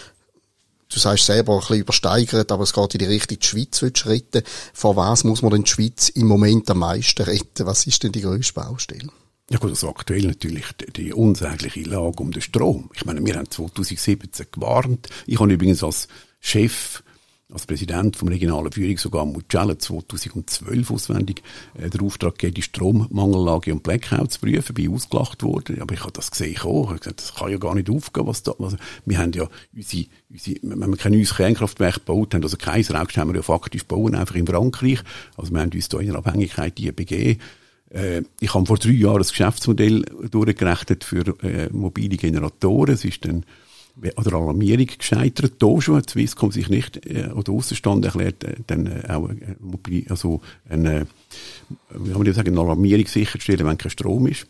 du sagst selber ein bisschen übersteigert, aber es geht in die Richtung, die Schweiz willst retten. Vor was muss man denn die Schweiz im Moment am meisten retten? Was ist denn die grösste Baustelle? Ja gut, also aktuell natürlich die, die unsägliche Lage um den Strom. Ich meine, wir haben zwanzig siebzehn gewarnt. Ich habe übrigens als Chef, als Präsident vom regionalen Führungsorgan sogar Mucella zwanzig zwölf auswendig äh, den Auftrag gegeben, die Strommangellage und Blackout zu prüfen. Bin ausgelacht worden, aber ich habe das gesehen. Ich habe gesagt, das kann ja gar nicht aufgehen, was da. Also, wir haben ja unsere, unsere, wenn wir kein neues Kernkraftwerk gebaut haben, also Kaiserhaus haben wir ja faktisch bauen, einfach in Frankreich. Also wir haben uns da in einer Abhängigkeit die begeben. Äh, ich habe vor drei Jahren ein Geschäftsmodell durchgerechnet für äh, mobile Generatoren. Es ist dann an der Alarmierung gescheitert. Da schon hat Swisscom sich nicht, äh, oder Aussenstand erklärt, äh, dann äh, auch äh, mobil, also eine, wie kann man sagen, eine Alarmierung sicherzustellen, wenn kein Strom ist.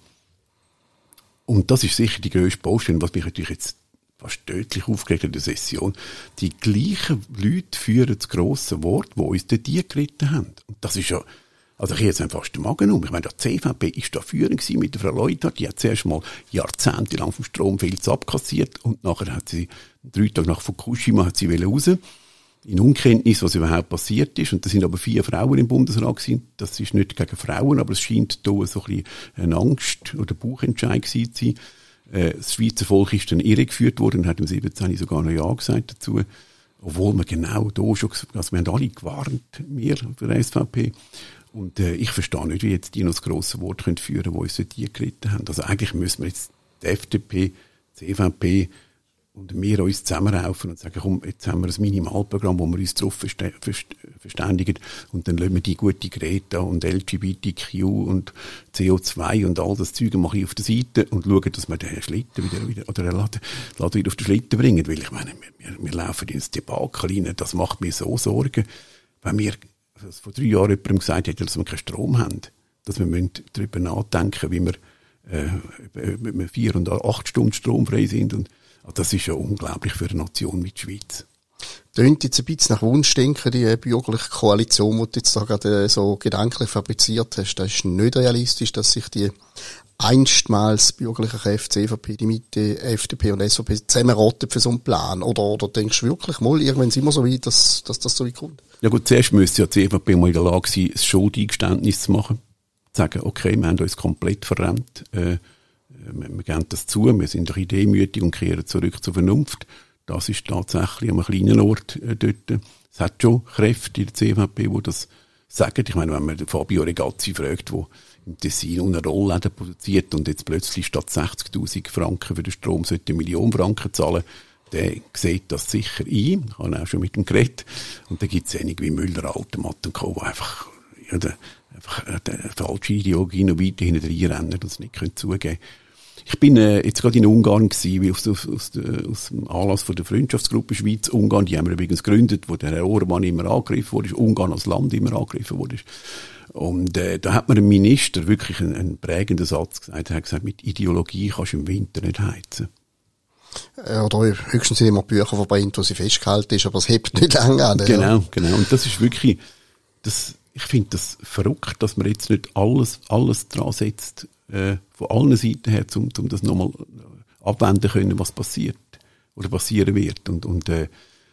Und das ist sicher die grösste Baustelle, was mich natürlich jetzt fast tödlich aufgeregt hat in der Session. Die gleichen Leute führen das grosse Wort, die uns dort die geritten haben. Und das ist ja, also ich jetzt fast den Magen um. Ich meine, der C V P ist da führend gewesen mit der Frau Leuthard. Die hat zuerst mal jahrzehntelang vom Stromfilz abkassiert und nachher hat sie, drei Tage nach Fukushima, hat sie raus. In Unkenntnis, was überhaupt passiert ist. Und da sind aber vier Frauen im Bundesrat gewesen. Das ist nicht gegen Frauen, aber es scheint da so ein bisschen eine Angst oder Bauchentscheid gewesen zu sein. Das Schweizer Volk ist dann irregeführt worden und hat im siebzehn sogar noch Ja gesagt dazu. Obwohl wir genau da schon, also wir haben alle gewarnt, wir für die S V P. Und äh, ich verstehe nicht, wie jetzt die noch das grosse Wort können führen können, die uns die geritten haben. Also eigentlich müssen wir jetzt die F D P, die C V P und wir uns zusammenraufen und sagen, komm, jetzt haben wir ein Minimalprogramm, wo wir uns darauf verständigen und dann lassen wir die gute Greta und L G B T Q und C O zwei und all das Zeug mal auf der Seite und schauen, dass wir den Schlitten wieder, wieder oder den Laden, Laden wieder auf den Schlitten bringen. Weil ich meine, wir, wir laufen ins Debakel rein, das macht mir so Sorgen, wenn wir dass vor drei Jahren jemandem gesagt hätte, dass wir keinen Strom haben, dass wir darüber nachdenken, wie wir äh, mit vier und acht Stunden stromfrei sind. Und also das ist ja unglaublich für eine Nation wie die Schweiz. Tönt jetzt ein bisschen nach Wunschdenken, die bürgerliche Koalition, die du jetzt da gerade so gedanklich fabriziert hast. Das ist nicht realistisch, dass sich die einstmals bürgerliche Kräfte, C V P, die Mitte, F D P und S V P zusammenrotten für so einen Plan. Oder, oder denkst du wirklich mal, irgendwann sind wir so weit, dass, dass das so weit kommt? Ja gut, zuerst müsste ja die C V P mal in der Lage sein, ein Schuldeingeständnis zu machen. Zu sagen, okay, wir haben uns komplett verrennt, äh, wir, wir geben das zu, wir sind doch demütig und kehren zurück zur Vernunft. Das ist tatsächlich an einem kleinen Ort äh, dort. Es hat schon Kräfte in der C V P, die das sagen. Ich meine, wenn man den Fabio Regazzi fragt, der im Tessin eine Rollläden produziert und jetzt plötzlich statt sechzigtausend Franken für den Strom sollte eine Million Franken zahlen, der sieht das sicher ein. Ich habe auch schon mit dem geredet. Und da gibt es einige wie Müller, Altenmatt und Co., die einfach, ja, der, einfach der falsche Ideologie noch weiter hinten reinrennen und es nicht können zugeben. Ich bin äh, jetzt gerade in Ungarn gewesen, wie aus, aus, aus, aus dem Anlass von der Freundschaftsgruppe Schweiz-Ungarn, die haben wir übrigens gegründet, wo der Herr Orban immer angegriffen wurde, Ungarn als Land immer angegriffen wurde. Und äh, da hat mir ein Minister wirklich einen, einen prägenden Satz gesagt. Er hat gesagt, mit Ideologie kannst du im Winter nicht heizen. Oder höchstens immer Bücher verbrennt, wo sie festgehalten ist, aber es hebt nicht lange an. Genau, ja. genau. Und das ist wirklich, das, ich finde das verrückt, dass man jetzt nicht alles, alles dran setzt, äh, von allen Seiten her, um, um das nochmal abwenden können, was passiert oder passieren wird. Und, und äh,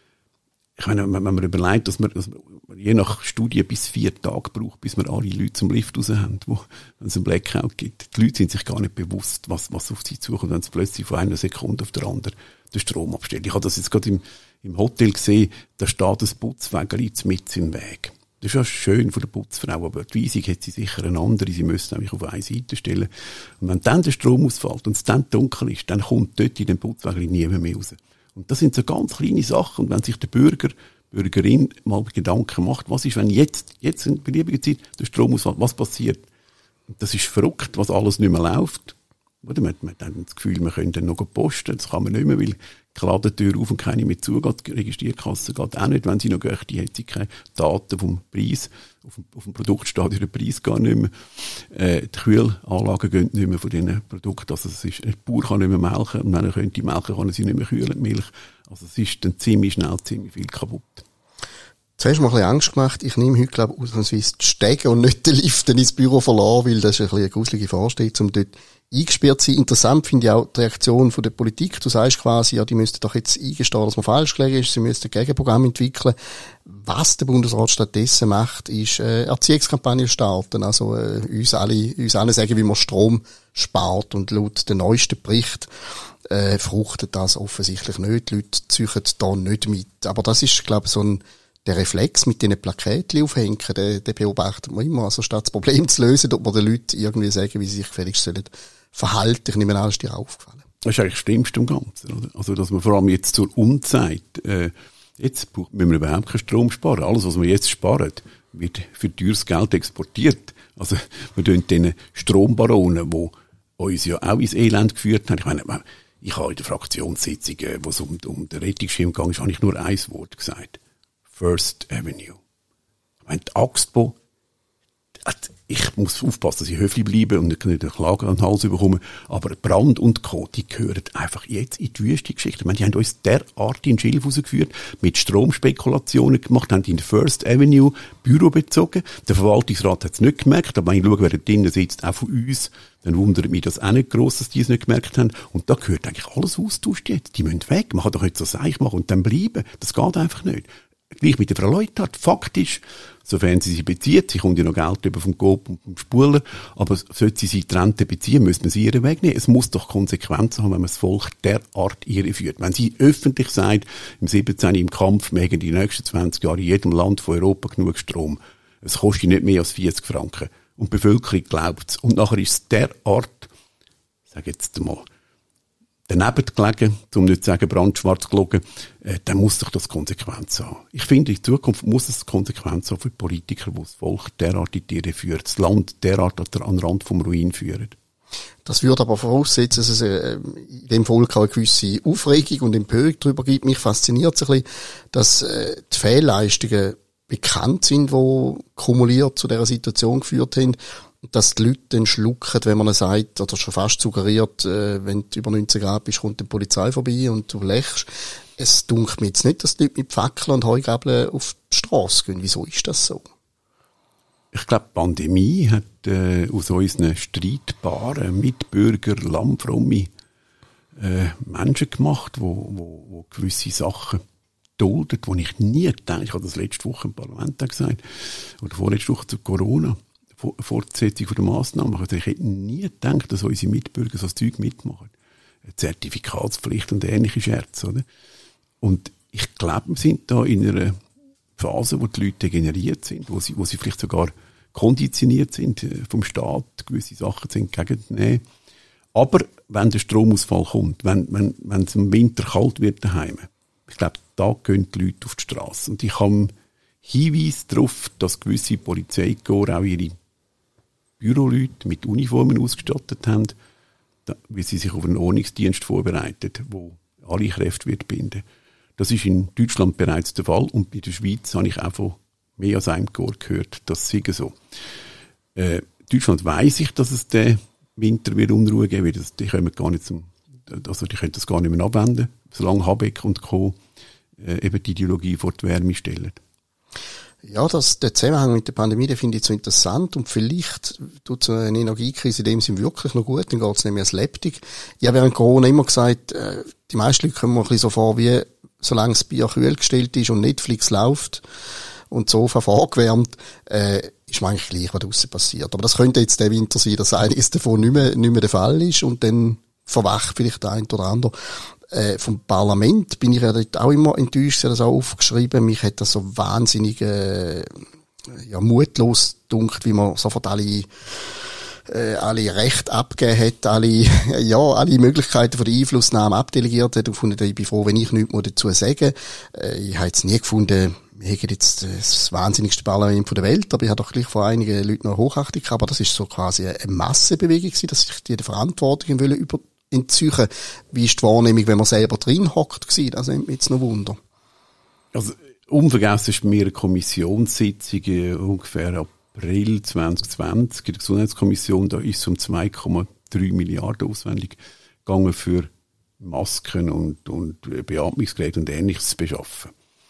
ich meine, wenn man überlegt, dass man, dass man je nach Studie bis vier Tage braucht, bis wir alle Leute zum Lift raus haben, wo, wenn es einen Blackout gibt. Die Leute sind sich gar nicht bewusst, was, was auf sie zukommt, wenn es plötzlich von einer Sekunde auf der andere den Strom abstellt. Ich habe das jetzt gerade im, im Hotel gesehen, da steht ein Putzwägeli mit im Weg. Das ist ja schön von der Putzfrau, aber die Weisung hat sie sicher eine andere, sie müsste nämlich auf eine Seite stellen. Und wenn dann der Strom ausfällt und es dann dunkel ist, dann kommt dort in dem Putzwägeli niemand mehr raus. Und das sind so ganz kleine Sachen. Und wenn sich der Bürger, Bürgerin mal Gedanken macht, was ist, wenn jetzt, jetzt in beliebiger Zeit der Strom ausfällt, was passiert? Und das ist verrückt, was alles nicht mehr läuft. Oder man, man hat dann das Gefühl, man könnte dann noch posten. Das kann man nicht mehr, weil die Ladentür auf und keine mehr zugeht. Die Registrierkasse geht auch nicht. Wenn sie noch geht, die hat sie keine Daten vom Preis. Auf dem, auf dem Produkt steht der Preis gar nicht mehr. Äh, die Kühlanlagen gehen nicht mehr von diesen Produkten. Also es ist, ein Bauer kann nicht mehr melken. Und wenn er könnte melken, kann er sie nicht mehr kühlen, die Milch. Also es ist dann ziemlich schnell ziemlich viel kaputt. Zuerst mal ein bisschen Angst gemacht. Ich nehme heute, glaube ich, ausnahmsweise die Stege und nicht den Lift ins Büro verlassen, weil das ist ein bisschen eine gruselige Vorstellung, um dort eingesperrt zu sein. Interessant finde ich auch die Reaktion von der Politik. Du sagst quasi, ja, die müssten doch jetzt eingestehen, dass man falsch gelegen ist. Sie müssten ein Gegenprogramm entwickeln. Was der Bundesrat stattdessen macht, ist äh, Erziehungskampagnen starten. Also äh, uns alle, uns allen sagen, wie man Strom spart. Und laut dem neuesten Bericht äh, fruchtet das offensichtlich nicht. Die Leute ziehen da nicht mit. Aber das ist, glaube ich, so ein der Reflex mit diesen Plaketen aufhängen, den, den beobachtet man immer. Also statt das Problem zu lösen, tut man den Leuten irgendwie sagen, wie sie sich gefälligst sollen verhalten. Ich nehme an, ist dir aufgefallen. Das ist eigentlich das Schlimmste am Ganzen, oder? Also, dass man vor allem jetzt zur Unzeit, äh, jetzt müssen wir überhaupt keinen Strom sparen. Alles, was wir jetzt sparen, wird für teures Geld exportiert. Also, wir tun den Strombaronen, die uns ja auch ins Elend geführt haben. Ich meine, ich habe in der Fraktionssitzung, wo es um, um den Rettungsschirm ging, habe ich nur ein Wort gesagt. First Avenue. Ich meine, die Axpo, ich muss aufpassen, dass ich höflich bleibe und nicht eine Klage an den Hals bekomme, aber Brand und Co., die gehören einfach jetzt in die Wüste-Geschichte. Ich meine, die haben uns derart in den Schilf rausgeführt, mit Stromspekulationen gemacht, haben in First Avenue Büro bezogen. Der Verwaltungsrat hat es nicht gemerkt, aber wenn ich schaue, wer da drinnen sitzt, auch von uns, dann wundert mich das auch nicht gross, dass die es nicht gemerkt haben. Und da gehört eigentlich alles austauscht jetzt. Die müssen weg. Man kann doch nicht so seich machen und dann bleiben. Das geht einfach nicht. Gleich mit der Frau Leuthard. Faktisch, sofern sie sie bezieht, sie kommt ja noch Geld über vom Coop und vom Spuler, aber sollte sie sie die Rente beziehen, müsste man sie ihren Weg nehmen. Es muss doch Konsequenzen haben, wenn man das Volk derart irreführt. Wenn sie öffentlich sagt, im siebzehn im Kampf, wir haben die nächsten zwanzig Jahre in jedem Land von Europa genug Strom. Es kostet nicht mehr als vierzig Franken. Und die Bevölkerung glaubt es. Und nachher ist es derart, ich sage jetzt mal, daneben gelegen, um nicht zu sagen brandschwarz gelogen, äh, dann muss doch das Konsequenz haben. Ich finde, in Zukunft muss es Konsequenz haben für die Politiker, die das Volk derart in die Irre führt, das Land derart an den Rand vom Ruin führen. Das würde aber voraussetzen, dass es äh, in dem Volk auch eine gewisse Aufregung und Empörung darüber gibt. Mich fasziniert es ein bisschen, dass äh, die Fehlleistungen bekannt sind, die kumuliert zu dieser Situation geführt haben. Dass die Leute dann schlucken, wenn man ihnen sagt, oder schon fast suggeriert, äh, wenn du über neunzehn Grad bist, kommt die Polizei vorbei und du lächst. Es dunkelt mir jetzt nicht, dass die Leute mit Fackeln und Heugabeln auf die Strasse gehen. Wieso ist das so? Ich glaube, die Pandemie hat äh, aus unseren streitbaren Mitbürger lammfromme äh, Menschen gemacht, wo, wo, wo gewisse Sachen dulden, wo ich nie gedacht, ich habe das letzte Woche im Parlament gesagt, oder vorletzte Woche zu Corona, Fortsetzung der Massnahmen. Also ich hätte nie gedacht, dass unsere Mitbürger so das Zeug mitmachen. Eine Zertifikatspflicht und ähnliche Scherze, oder? Und ich glaube, wir sind da in einer Phase, wo die Leute degeneriert sind, wo sie, wo sie vielleicht sogar konditioniert sind, vom Staat gewisse Sachen zu entgegennehmen. Aber wenn der Stromausfall kommt, wenn, wenn, wenn es im Winter kalt wird daheim, ich glaube, da gehen die Leute auf die Straße. Und ich habe Hinweise darauf, dass gewisse Polizeikorps auch ihre Büroleute mit Uniformen ausgestattet haben, wie sie sich auf einen Ordnungsdienst vorbereitet, wo alle Kräfte wird binden. Das ist in Deutschland bereits der Fall und in der Schweiz habe ich auch von mehr als einem Korps gehört, das sei so. Äh, Deutschland weiss ich, dass es den Winter wird Unruhe geben wird, die kommen gar nicht zum also die können das gar nicht mehr abwenden, solange Habeck und Co. Äh, eben die Ideologie vor die Wärme stellen. Ja, das, der Zusammenhang mit der Pandemie, den finde ich so interessant und vielleicht tut so eine Energiekrise in dem Sinn wirklich noch gut, dann geht es nämlich als Leptik. Ich habe während Corona immer gesagt, äh, die meisten Leute kommen mir ein bisschen so vor, wie solange das Bier kühl gestellt ist und Netflix läuft und das Sofa vorgewärmt, äh, ist mir eigentlich gleich, was draussen passiert. Aber das könnte jetzt der Winter sein, dass einiges davon nicht mehr, nicht mehr der Fall ist und dann verwacht vielleicht der ein oder andere. Äh, vom Parlament bin ich ja dort auch immer enttäuscht, sie hat das auch aufgeschrieben. Mich hat das so wahnsinnig äh, ja, mutlos gedunkt, wie man sofort alle äh, alle Rechte abgegeben hat, alle ja alle Möglichkeiten von der Einflussnahme abdelegiert hat. Und ich bin froh, wenn ich nichts mehr dazu sagen muss. Äh, ich habe jetzt nie gefunden, wir hätten jetzt das wahnsinnigste Parlament der Welt, aber ich habe doch gleich vor einigen Leuten noch Hochachtung gehabt, aber das ist so quasi eine Massenbewegung gewesen, dass sich die der Verantwortung wollen über entzüchen. Wie ist die Wahrnehmung, wenn man selber drin hockt gewesen? Das nimmt mich jetzt noch Wunder. Also, unvergessen ist mir eine Kommissionssitzung ungefähr April zwanzig zwanzig in der Gesundheitskommission. Da ist es um zwei Komma drei Milliarden auswendig gegangen für Masken und, und Beatmungsgeräte und Ähnliches zu beschaffen.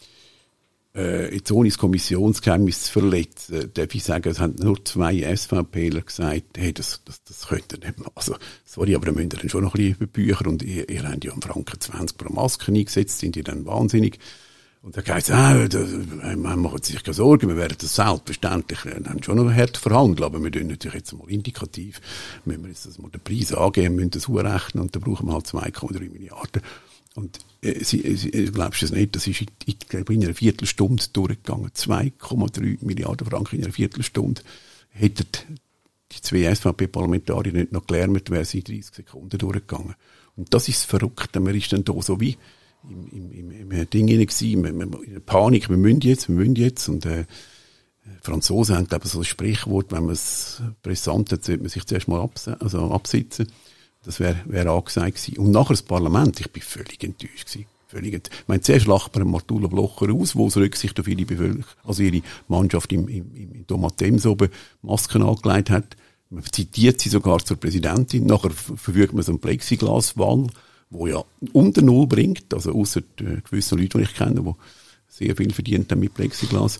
Äh, jetzt ohne das Kommissionsgeheimnis zu verletzen, darf ich sagen, es haben nur zwei SVPler gesagt, hey, das, das, das könnt ihr nicht machen. Also, sorry, aber ihr müsst dann schon noch ein bisschen über Bücher und ihr, ihr habt ja am Franken zwanzig pro Maske eingesetzt, sind ihr dann wahnsinnig. Und dann heisst es, ah, das, man macht sich keine Sorgen, wir werden das selbstverständlich, wir haben schon noch hart verhandeln, aber wir tun natürlich jetzt mal indikativ, wenn wir jetzt das mal den Preis angeben, müssen das hochrechnen und dann brauchen wir halt zwei Komma drei Milliarden. Und äh, sie, sie, glaubst du es nicht, das ist in, ich glaube, in einer Viertelstunde durchgegangen. zwei Komma drei Milliarden Franken in einer Viertelstunde. Hätten die zwei S V P-Parlamentarier nicht noch gelernt, wäre sie in dreißig Sekunden durchgegangen. Und das ist verrückt. Man ist dann da so wie im, im, im, im Ding hinein gewesen, in der Panik, wir müssen jetzt, wir müssen jetzt. Und äh, Franzosen haben, glaube ich, so ein Sprichwort, wenn man es brisant hat, sollte man sich zuerst mal abs- also absitzen. Das wäre wär angesagt gewesen. Und nachher das Parlament, ich bin völlig enttäuscht gewesen. Völlig ent- ich meine, zuerst lacht man Martula Blocher aus, wo es Rücksicht auf ihre Bevölkerung, also ihre Mannschaft im, im, im Thomas-Thems oben Masken angelegt hat. Man zitiert sie sogar zur Präsidentin. Nachher verwirkt man so ein Plexiglaswall, wo ja unter Null bringt, also ausser äh, gewissen Leute, die ich kenne, die sehr viel verdient haben mit Plexiglas.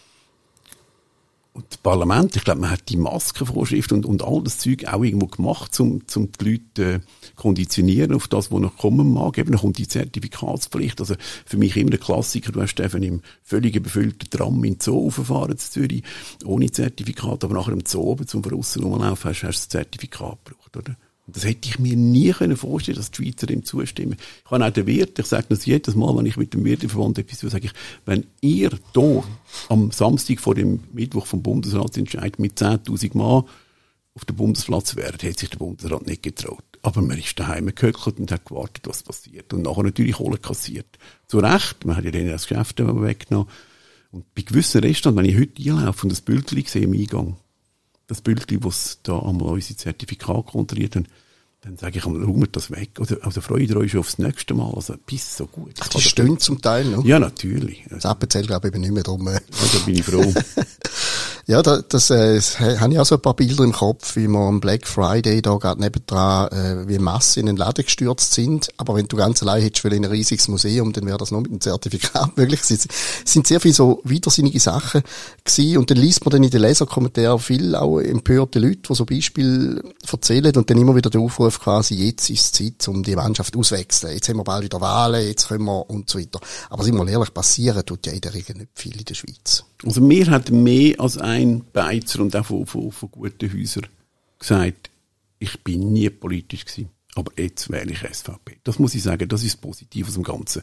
Und das Parlament, ich glaube, man hat die Maskenvorschrift und, und all das Zeug auch irgendwo gemacht, um, um die Leute äh, konditionieren auf das, was noch kommen mag. Eben, dann kommt die Zertifikatspflicht. Also für mich immer der Klassiker, du hast eben im völlig befüllten Tram in den Zoo raufgefahren zu Zürich, ohne Zertifikat, aber nachher im Zoo oben zum Veraussen rumlaufen hast, hast du das Zertifikat gebraucht, oder? Und das hätte ich mir nie können vorstellen, dass die Schweizer dem zustimmen. Ich habe auch den Wirt, ich sage das jedes Mal, wenn ich mit dem Wirteverband etwas tue, sage ich, wenn ihr hier am Samstag vor dem Mittwoch vom Bundesratsentscheid mit zehntausend Mann auf dem Bundesplatz wäret, hätte sich der Bundesrat nicht getraut. Aber man ist daheim gehöckelt und hat gewartet, was passiert. Und nachher natürlich Kohle kassiert. Zu Recht, man hat ja denen das Geschäft weggenommen. Und bei gewissen Restaurants, wenn ich heute einlaufe und das Bildchen sehe im Eingang, das Bildchen, das da einmal unsere Zertifikate kontrolliert haben, dann sage ich, räumt das weg. Oder, also freut ihr euch schon aufs nächste Mal. Also, bis so gut. Ach, die stehen zum Teil noch? Ja, natürlich. Das Appenzell, glaube ich, eben nicht mehr drum. Ja, da bin ich froh. Ja, das, das, äh, das habe ich auch so ein paar Bilder im Kopf, wie wir am Black Friday da gerade nebendran, äh, wie Massen in den Laden gestürzt sind. Aber wenn du ganz allein hättest für ein riesiges Museum, dann wäre das noch mit einem Zertifikat möglich. Es sind sehr viele so widersinnige Sachen gewesen. Und dann liest man dann in den Leserkommentaren viel auch empörte Leute, die so Beispiele erzählen und dann immer wieder der Aufruf quasi, jetzt ist es Zeit, um die Mannschaft auszuwechseln. Jetzt haben wir bald wieder Wahlen, jetzt können wir und so weiter. Aber sind wir ehrlich, passieren tut ja in der Regel nicht viel in der Schweiz. Also mir hat mehr als ein Beizer und auch von, von, von guten Häusern gesagt, ich bin nie politisch gewesen, aber jetzt wähle ich S V P. Das muss ich sagen, das ist positiv aus dem Ganzen.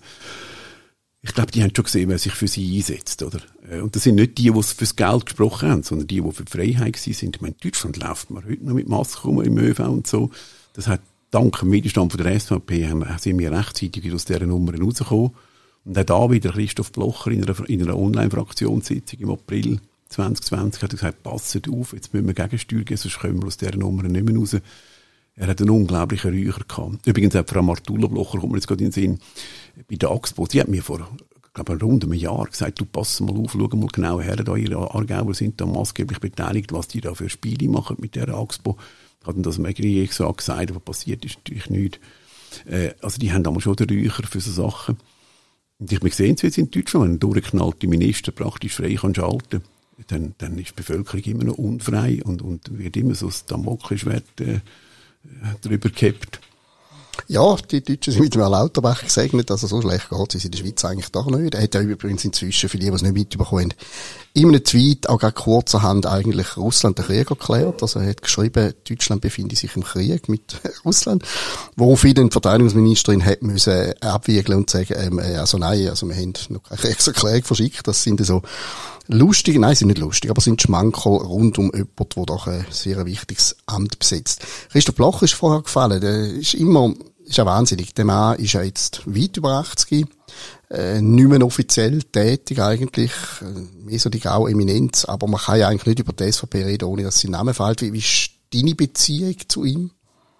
Ich glaube, die haben schon gesehen, wer sich für sie einsetzt, oder? Und das sind nicht die, die fürs Geld gesprochen haben, sondern die, die für die Freiheit gewesen sind. Ich meine, in Deutschland läuft man heute noch mit Masken rum im ÖV und so. Das hat, dank dem Widerstand von der S V P, haben, sind wir rechtzeitig aus dieser Nummer rausgekommen. Und auch da wieder Christoph Blocher in einer, in einer Online-Fraktionssitzung im April zwanzig zwanzig hat er gesagt, passet auf, jetzt müssen wir Gegensteuer geben, sonst kommen wir aus dieser Nummer nicht mehr raus. Er hat einen unglaublichen Räucher gehabt. Übrigens auch Frau Martula Blocher, kommt mir jetzt gerade in den Sinn, bei der Axpo, die hat mir vor, glaube ich, rund einem Jahr gesagt, du pass mal auf, schau mal genau her, da ihre Aargauer sind da maßgeblich beteiligt, was die da für Spiele machen mit dieser Axpo. Hat dann das Megri gesagt, aber passiert ist natürlich nichts. Äh, also die haben damals schon den Räucher für so Sachen. Und ich, wir sehen es jetzt in Deutschland, wenn ein durchgeknallter Minister praktisch frei kann schalten, dann, dann ist die Bevölkerung immer noch unfrei und, und wird immer so das Damoklesschwert äh, drüber gehabt. Ja, die Deutschen sind mit dem Herrn Lauterbach gesegnet, also so schlecht geht es in der Schweiz eigentlich doch nicht. Er hat ja übrigens inzwischen, für die, die es nicht mitbekommen haben, in einem Tweet auch gerade kurzerhand eigentlich Russland den Krieg erklärt. Also er hat geschrieben, Deutschland befinde sich im Krieg mit Russland, woraufhin dann die Verteidigungsministerin hat müssen abwiegeln und sagen, ähm, also nein, also wir haben noch keine Kriegserklärung verschickt, das sind so lustig, nein, sind nicht lustig, aber sind Schmankerl rund um jemanden, der doch ein sehr wichtiges Amt besetzt. Christoph Bloch ist vorher gefallen, der ist immer, ist ja wahnsinnig, der Mann ist ja jetzt weit über achtzig, äh, nicht mehr offiziell tätig eigentlich, äh, mehr so die graue Eminenz, aber man kann ja eigentlich nicht über die S V P reden, ohne dass sein Name fällt. Wie, wie ist deine Beziehung zu ihm?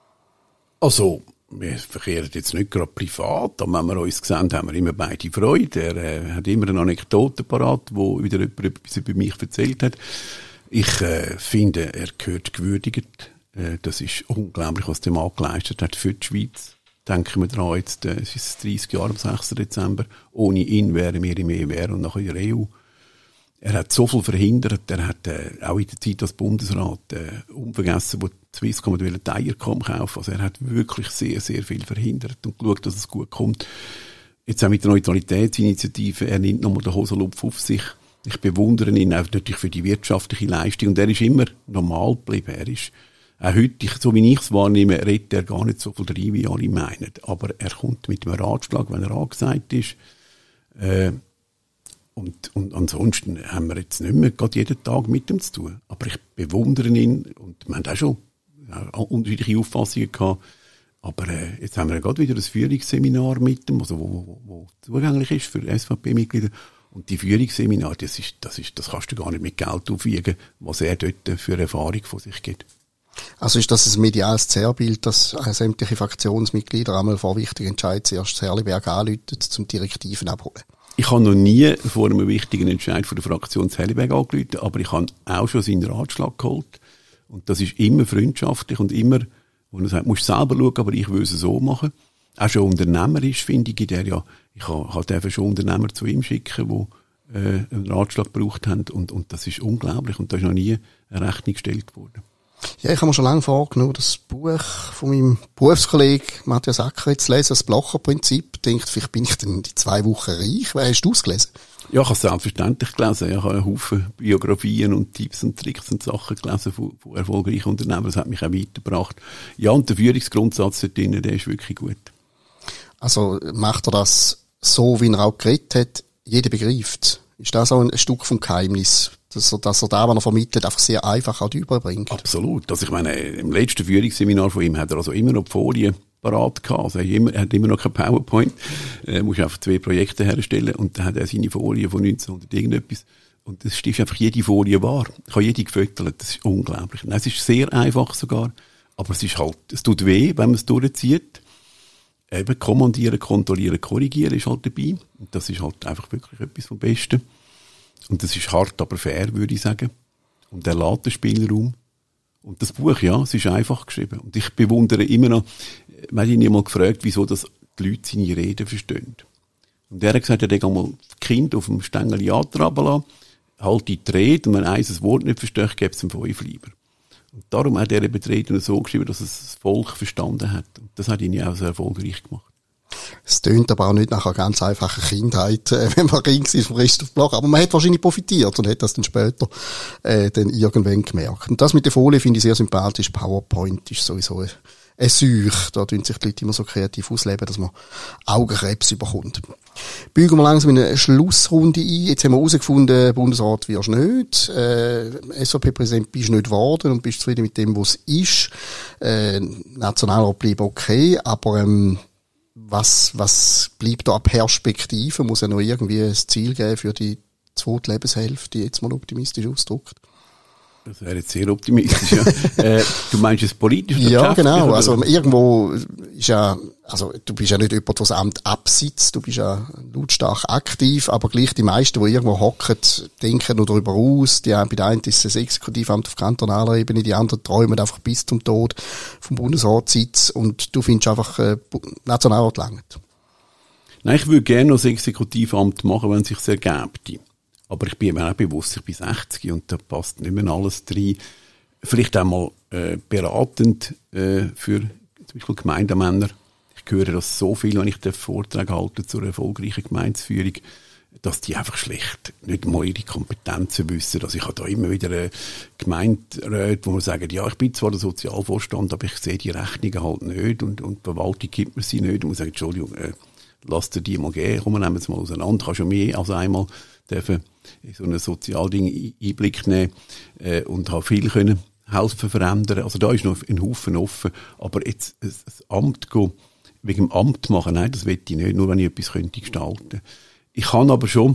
Also, wir verkehren jetzt nicht gerade privat, aber wenn wir uns sehen, haben wir immer beide Freude. Er äh, hat immer eine Anekdote parat, wo wieder jemand etwas über mich erzählt hat. Ich äh, finde, er gehört gewürdigt. Äh, das ist unglaublich, was der Mann geleistet hat für die Schweiz. Denken wir dran, jetzt äh, es ist dreißig Jahre am sechsten Dezember. Ohne ihn wären wir im E W R und nachher in der E U. Er hat so viel verhindert. Er hat äh, auch in der Zeit als Bundesrat äh, unvergessen, wo die Swisscom die Eier kaufen. Also er hat wirklich sehr, sehr viel verhindert und geschaut, dass es gut kommt. Jetzt auch mit der Neutralitätsinitiative. Er nimmt nochmal den Hosenlupf auf sich. Ich bewundere ihn auch natürlich für die wirtschaftliche Leistung. Und er ist immer normal geblieben. Er ist auch heute, so wie ich es wahrnehme, redet er gar nicht so viel rein, wie alle meinen. Aber er kommt mit einem Ratschlag, wenn er angesagt ist. Äh, Und, und ansonsten haben wir jetzt nicht mehr gerade jeden Tag mit ihm zu tun. Aber ich bewundere ihn und wir haben auch schon ja, unterschiedliche Auffassungen gehabt. Aber äh, jetzt haben wir ja gerade wieder ein Führungsseminar mit ihm, also wo, wo, wo zugänglich ist für S V P-Mitglieder. Und die Führungsseminar, das ist, das ist, das kannst du gar nicht mit Geld aufwiegen, was er dort für Erfahrung von sich gibt. Also ist das ein mediales Zerrbild, dass sämtliche Fraktionsmitglieder einmal vor wichtigen Entscheid zuerst das Herliberg anrufen, zum Direktiven abholen? Ich habe noch nie vor einem wichtigen Entscheid von der Fraktion Helliberg angerufen, aber ich habe auch schon seinen Ratschlag geholt. Und das ist immer freundschaftlich und immer, wo er sagt, musst selber schauen, aber ich will es so machen. Auch schon unternehmerisch, finde ich, der ja, ich habe schon Unternehmer zu ihm schicken, die äh, einen Ratschlag gebraucht haben. Und, und das ist unglaublich. Und da ist noch nie eine Rechnung gestellt worden. Ja, ich habe mir schon lange vorgenommen, das Buch von meinem Berufskollegen Matthias Acker zu lesen, das Blocher-Prinzip. Denkt, vielleicht bin ich dann in zwei Wochen reich. Wer hast du es gelesen? Ja, ich habe es selbstverständlich gelesen. Ich habe einen Haufen Biografien und Tipps und Tricks und Sachen gelesen von, von erfolgreichen Unternehmern. Das hat mich auch weitergebracht. Ja, und der Führungsgrundsatz dort drin, der ist wirklich gut. Also macht er das so, wie er auch geredet hat, jeder begreift? Ist das auch ein Stück vom Geheimnis? Dass er, dass er da, was er vermittelt, einfach sehr einfach auch überbringt. Absolut. Also ich meine, im letzten Führungsseminar von ihm hat er also immer noch die Folien parat gehabt. Also er, immer, er hat immer noch kein PowerPoint. Er muss einfach zwei Projekte herstellen und dann hat er seine Folien von neunzehnhundert irgendetwas. Und das stimmt einfach jede Folie wahr. Ich habe jede gefüttert. Das ist unglaublich. Es ist sehr einfach sogar. Aber es ist halt, es tut weh, wenn man es durchzieht. Eben kommandieren, kontrollieren, korrigieren ist halt dabei. Und das ist halt einfach wirklich etwas vom Besten. Und das ist hart, aber fair, würde ich sagen. Und er lässt den Spielraum. Und das Buch, ja, es ist einfach geschrieben. Und ich bewundere immer noch, man hat ihn ja mal gefragt, wieso das die Leute seine Reden verstehen. Und er hat gesagt, er hat einmal das Kind auf dem Stängel antraben lassen, halt die Rede, und wenn eins ein Wort nicht versteht, gäbe es ihm fünf lieber. Und darum hat er eben die Reden so geschrieben, dass es das Volk verstanden hat. Und das hat ihn ja auch sehr erfolgreich gemacht. Es tönt aber auch nicht nach einer ganz einfachen Kindheit, äh, wenn man Kind ist vom Christoph Bloch. Aber man hat wahrscheinlich profitiert und hat das dann später äh, dann irgendwann gemerkt. Und das mit der Folie finde ich sehr sympathisch. PowerPoint ist sowieso ein, ein Seuch. Da tun sich die Leute immer so kreativ ausleben, dass man Augenkrebs überkommt. Bügen wir langsam in eine Schlussrunde ein. Jetzt haben wir herausgefunden, Bundesrat wirst du nicht. Äh, S V P-Präsident bist du nicht geworden und bist zufrieden mit dem, was ist. Äh, Nationalrat bleibt okay, aber ähm, Was, was bleibt da an Perspektive? Muss ja noch irgendwie ein Ziel geben für die zweite Lebenshälfte, die jetzt mal optimistisch ausdrückt? Das wäre jetzt sehr optimistisch, ja. äh, du meinst es politisch oder ja, genau. Oder? Also irgendwo ist ja, also du bist ja nicht jemand, der das Amt absitzt, du bist ja lautstark aktiv, aber gleich die meisten, die irgendwo hocken, denken nur darüber aus. Die, bei der einen ist das Exekutivamt auf kantonaler Ebene, die anderen träumen einfach bis zum Tod vom Bundesratssitz und du findest einfach, äh, Nationalrat langt. Nein, ich würde gerne noch das Exekutivamt machen, wenn es sich ergäbe. Aber ich bin mir auch bewusst, ich bin sechzig und da passt nicht mehr alles rein. Vielleicht einmal äh, beratend äh, für zum Beispiel Gemeindemänner. Ich höre das so viel, wenn ich den Vortrag halte zur erfolgreichen Gemeindeführung, dass die einfach schlecht nicht mal ihre Kompetenzen wissen. Also ich habe da immer wieder äh, Gemeinderäte, wo man sagen, ja, ich bin zwar der Sozialvorstand, aber ich sehe die Rechnungen halt nicht und, und die Verwaltung gibt mir sie nicht. Und man sagt, Entschuldigung, äh, lass dir die mal gehen, komm, wir nehmen es mal auseinander. Kannst du mehr als einmal dürfen in so ein Sozialding Einblick nehmen äh, und habe viel können helfen verändern. Also da ist noch ein Haufen offen. Aber jetzt ein Amt gehen, wegen dem Amt machen, nein, das will ich nicht, nur wenn ich etwas könnte gestalten. Ich kann aber schon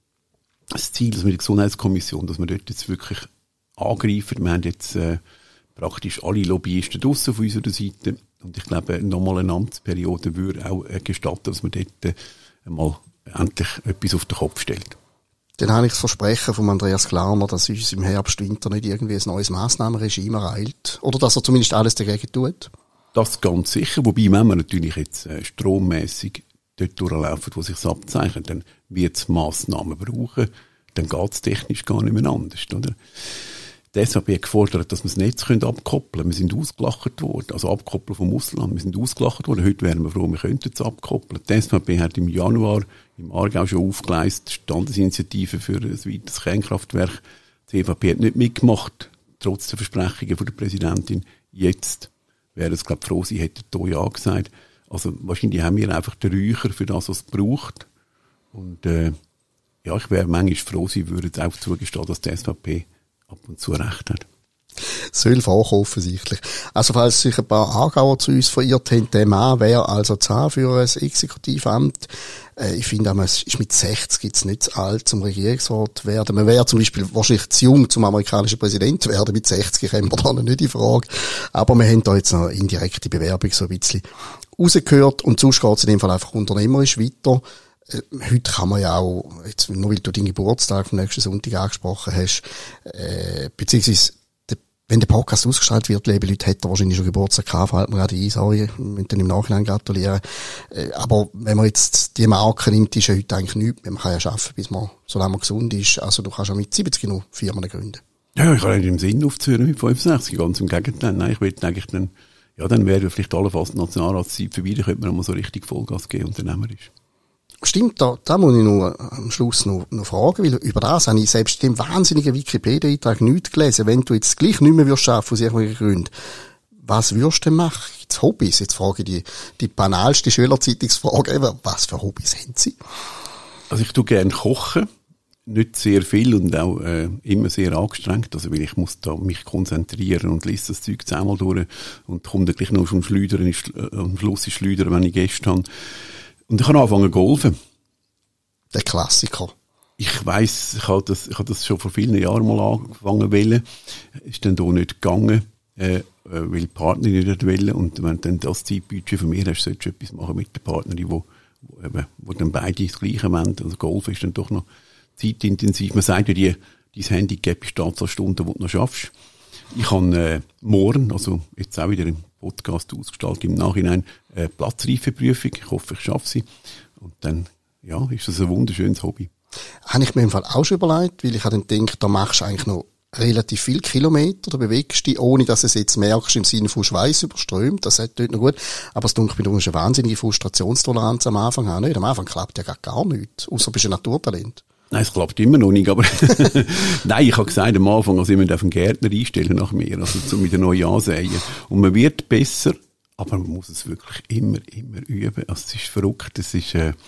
das Ziel, dass wir die Gesundheitskommission, dass wir dort jetzt wirklich angreifen. Wir haben jetzt äh, praktisch alle Lobbyisten draussen auf unserer Seite. Und ich glaube, nochmal eine Amtsperiode würde auch äh, gestatten, dass man dort äh, mal endlich etwas auf den Kopf stellt. Dann habe ich das Versprechen von Andreas Klarner, dass uns im Herbst, Winter nicht irgendwie ein neues Massnahmenregime ereilt. Oder dass er zumindest alles dagegen tut. Das ganz sicher. Wobei, wenn wir natürlich jetzt äh, strommässig dort durchlaufen, wo sich es abzeichnet, dann wird es Massnahmen brauchen. Dann geht es technisch gar nicht mehr anders, oder? Deshalb habe ich gefordert, dass wir das Netz abkoppeln können. Wir sind ausgelacht worden. Also abkoppeln vom Ausland. Wir sind ausgelacht worden. Heute wären wir froh, wir könnten es abkoppeln. Die S V P hat im Januar im Aargau schon aufgeleistet, Standesinitiative für ein weiteres Kernkraftwerk. Die C V P hat nicht mitgemacht, trotz der Versprechungen von der Präsidentin. Jetzt wäre es, glaube ich, froh, sie hätten da Ja gesagt. Also wahrscheinlich haben wir einfach den Räucher für das, was es braucht. Und äh, ja, ich wäre manchmal froh, sie würden auch zugestehen, dass die S V P ab und zu recht hat. Soll vorkommen, offensichtlich. Also, falls sich ein paar Aargauer zu uns verirrt haben, der Mann wäre also zu haben für ein Exekutivamt. Äh, ich finde, es ist mit sechzig jetzt nicht zu alt zum Regierungsrat werden. Man wäre zum Beispiel wahrscheinlich zu jung zum amerikanischen Präsident werden. Mit sechzig kommen wir da noch nicht in Frage. Aber wir haben da jetzt noch indirekte Bewerbung so ein bisschen rausgehört. Und sonst geht es in dem Fall einfach unternehmerisch weiter. Heute kann man ja auch, jetzt, nur weil du den Geburtstag vom nächsten Sonntag angesprochen hast, äh, beziehungsweise, de, wenn der Podcast ausgestrahlt wird, liebe Leute, hat er wahrscheinlich schon Geburtstag gehabt, fällt mir gerade ein, sorry, wir müssen dann im Nachhinein gratulieren. Äh, aber wenn man jetzt die Marke nimmt, ist ja heute eigentlich nichts. Man kann ja arbeiten, bis man, solange man gesund ist. Also du kannst ja mit siebzig noch Firmen gründen. Ja, ich habe eigentlich im Sinn aufzuhören mit fünfundsechzig, ganz im Gegenteil. Nein, ich will eigentlich dann, ja, dann wäre vielleicht allenfalls die Nationalratszeit vorbei, dann könnte man mal so richtig Vollgas geben, unternehmerisch. Stimmt, da, da muss ich noch am Schluss noch, noch fragen, weil über das habe ich selbst in dem wahnsinnigen Wikipedia-Eintrag nichts gelesen. Wenn du jetzt gleich nicht mehr würdest arbeiten, aus irgendwelchen Gründen, was würdest du denn machen? Jetzt Hobbys? Jetzt frage ich die, die banalste Schülerzeitungsfrage, was für Hobbys haben Sie? Also ich tue gerne kochen, nicht sehr viel und auch äh, immer sehr angestrengt, also weil ich muss da mich konzentrieren und lese das Zeug zehnmal durch und komme dann gleich noch vom Schleudern, äh, am Schluss ist Schleudern, wenn ich Gäste habe. Und ich habe angefangen zu golfen. Der Klassiker. Ich weiss, ich habe das, ich habe das schon vor vielen Jahren mal angefangen zu wollen. Ist dann da nicht gegangen, äh, weil die Partnerin nicht wollen. Und wenn du dann das Zeitbudget von mir hast, solltest du etwas machen mit der Partnerin, wo, wo, eben, wo dann beide das Gleiche wollen. Also Golfen ist dann doch noch zeitintensiv. Man sagt ja, die, dein Handicap ist die Anzahl Stunden, die du noch schaffst. Ich habe äh, morgen, also jetzt auch wieder im Podcast ausgestaltet, im Nachhinein äh, Platzreifeprüfung. Ich hoffe, ich schaffe sie. Und dann, ja, ist das ein wunderschönes Hobby. Habe ich mir im Fall auch schon überlegt, weil ich habe dann gedacht, da machst du eigentlich noch relativ viele Kilometer, da bewegst du dich, ohne dass du es jetzt merkst, im Sinne von Schweiß überströmt. Das ist dort noch gut. Aber es dunkelt mir, du musst eine wahnsinnige Frustrationstoleranz am Anfang haben. Nicht? Am Anfang klappt ja gar nichts, außer du bist ein Naturtalent. Nein, es klappt immer noch nicht, aber nein, ich habe gesagt am Anfang, also ich möchte auf einen Gärtner einstellen nach mir, also zum wieder neu ansäen. Und man wird besser, aber man muss es wirklich immer, immer üben. Also es ist verrückt, es ist, äh,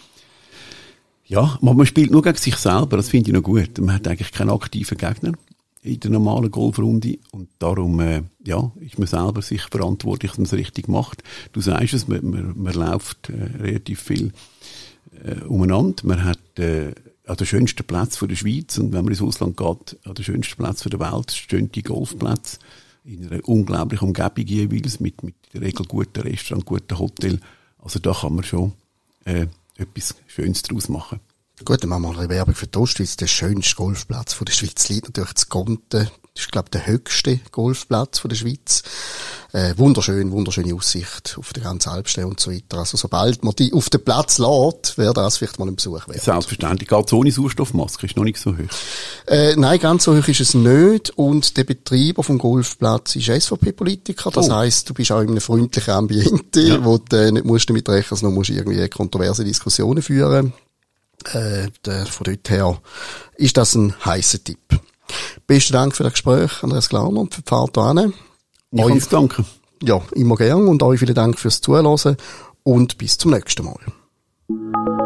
ja, man spielt nur gegen sich selber, das finde ich noch gut. Man hat eigentlich keinen aktiven Gegner in der normalen Golfrunde und darum, äh, ja, ist man selber sich verantwortlich, dass man es richtig macht. Du sagst es, man, man, man läuft äh, relativ viel äh, umeinander, man hat, äh, an den schönsten Platz der Schweiz und wenn man ins Ausland geht, an den schönsten Platz der Welt, stehen die Golfplätze. in einer unglaublichen Umgebung jeweils, mit, mit in der Regel guten Restaurants, guten Hotels. Also da kann man schon äh, etwas Schönes draus machen. Gut, dann machen wir eine Werbung für die Ostschweiz. Der schönste Golfplatz von der Schweiz liegt natürlich zu Gonten. Das ist, glaube ich, der höchste Golfplatz von der Schweiz. Äh, wunderschön, wunderschöne Aussicht auf den ganzen Alpstein und so weiter. Also sobald man die auf den Platz lässt, wäre das vielleicht mal ein Besuch wert. Selbstverständlich. Geht es ohne Sauerstoffmaske? Ist noch nicht so hoch? Äh, nein, ganz so hoch ist es nicht. Und der Betreiber vom Golfplatz ist S V P-Politiker. Das oh. heisst, du bist auch in einem freundlichen Ambiente, ja. wo du äh, nicht musst damit rechnen, sondern musst irgendwie kontroverse Diskussionen führen. Äh, der, von dort her ist das ein heisser Tipp. Besten Dank für das Gespräch, Andreas Glauner, und für die Fahrt hierhin. Ich kann es danken. Ja, immer gern. Und euch vielen Dank fürs Zuhören und bis zum nächsten Mal.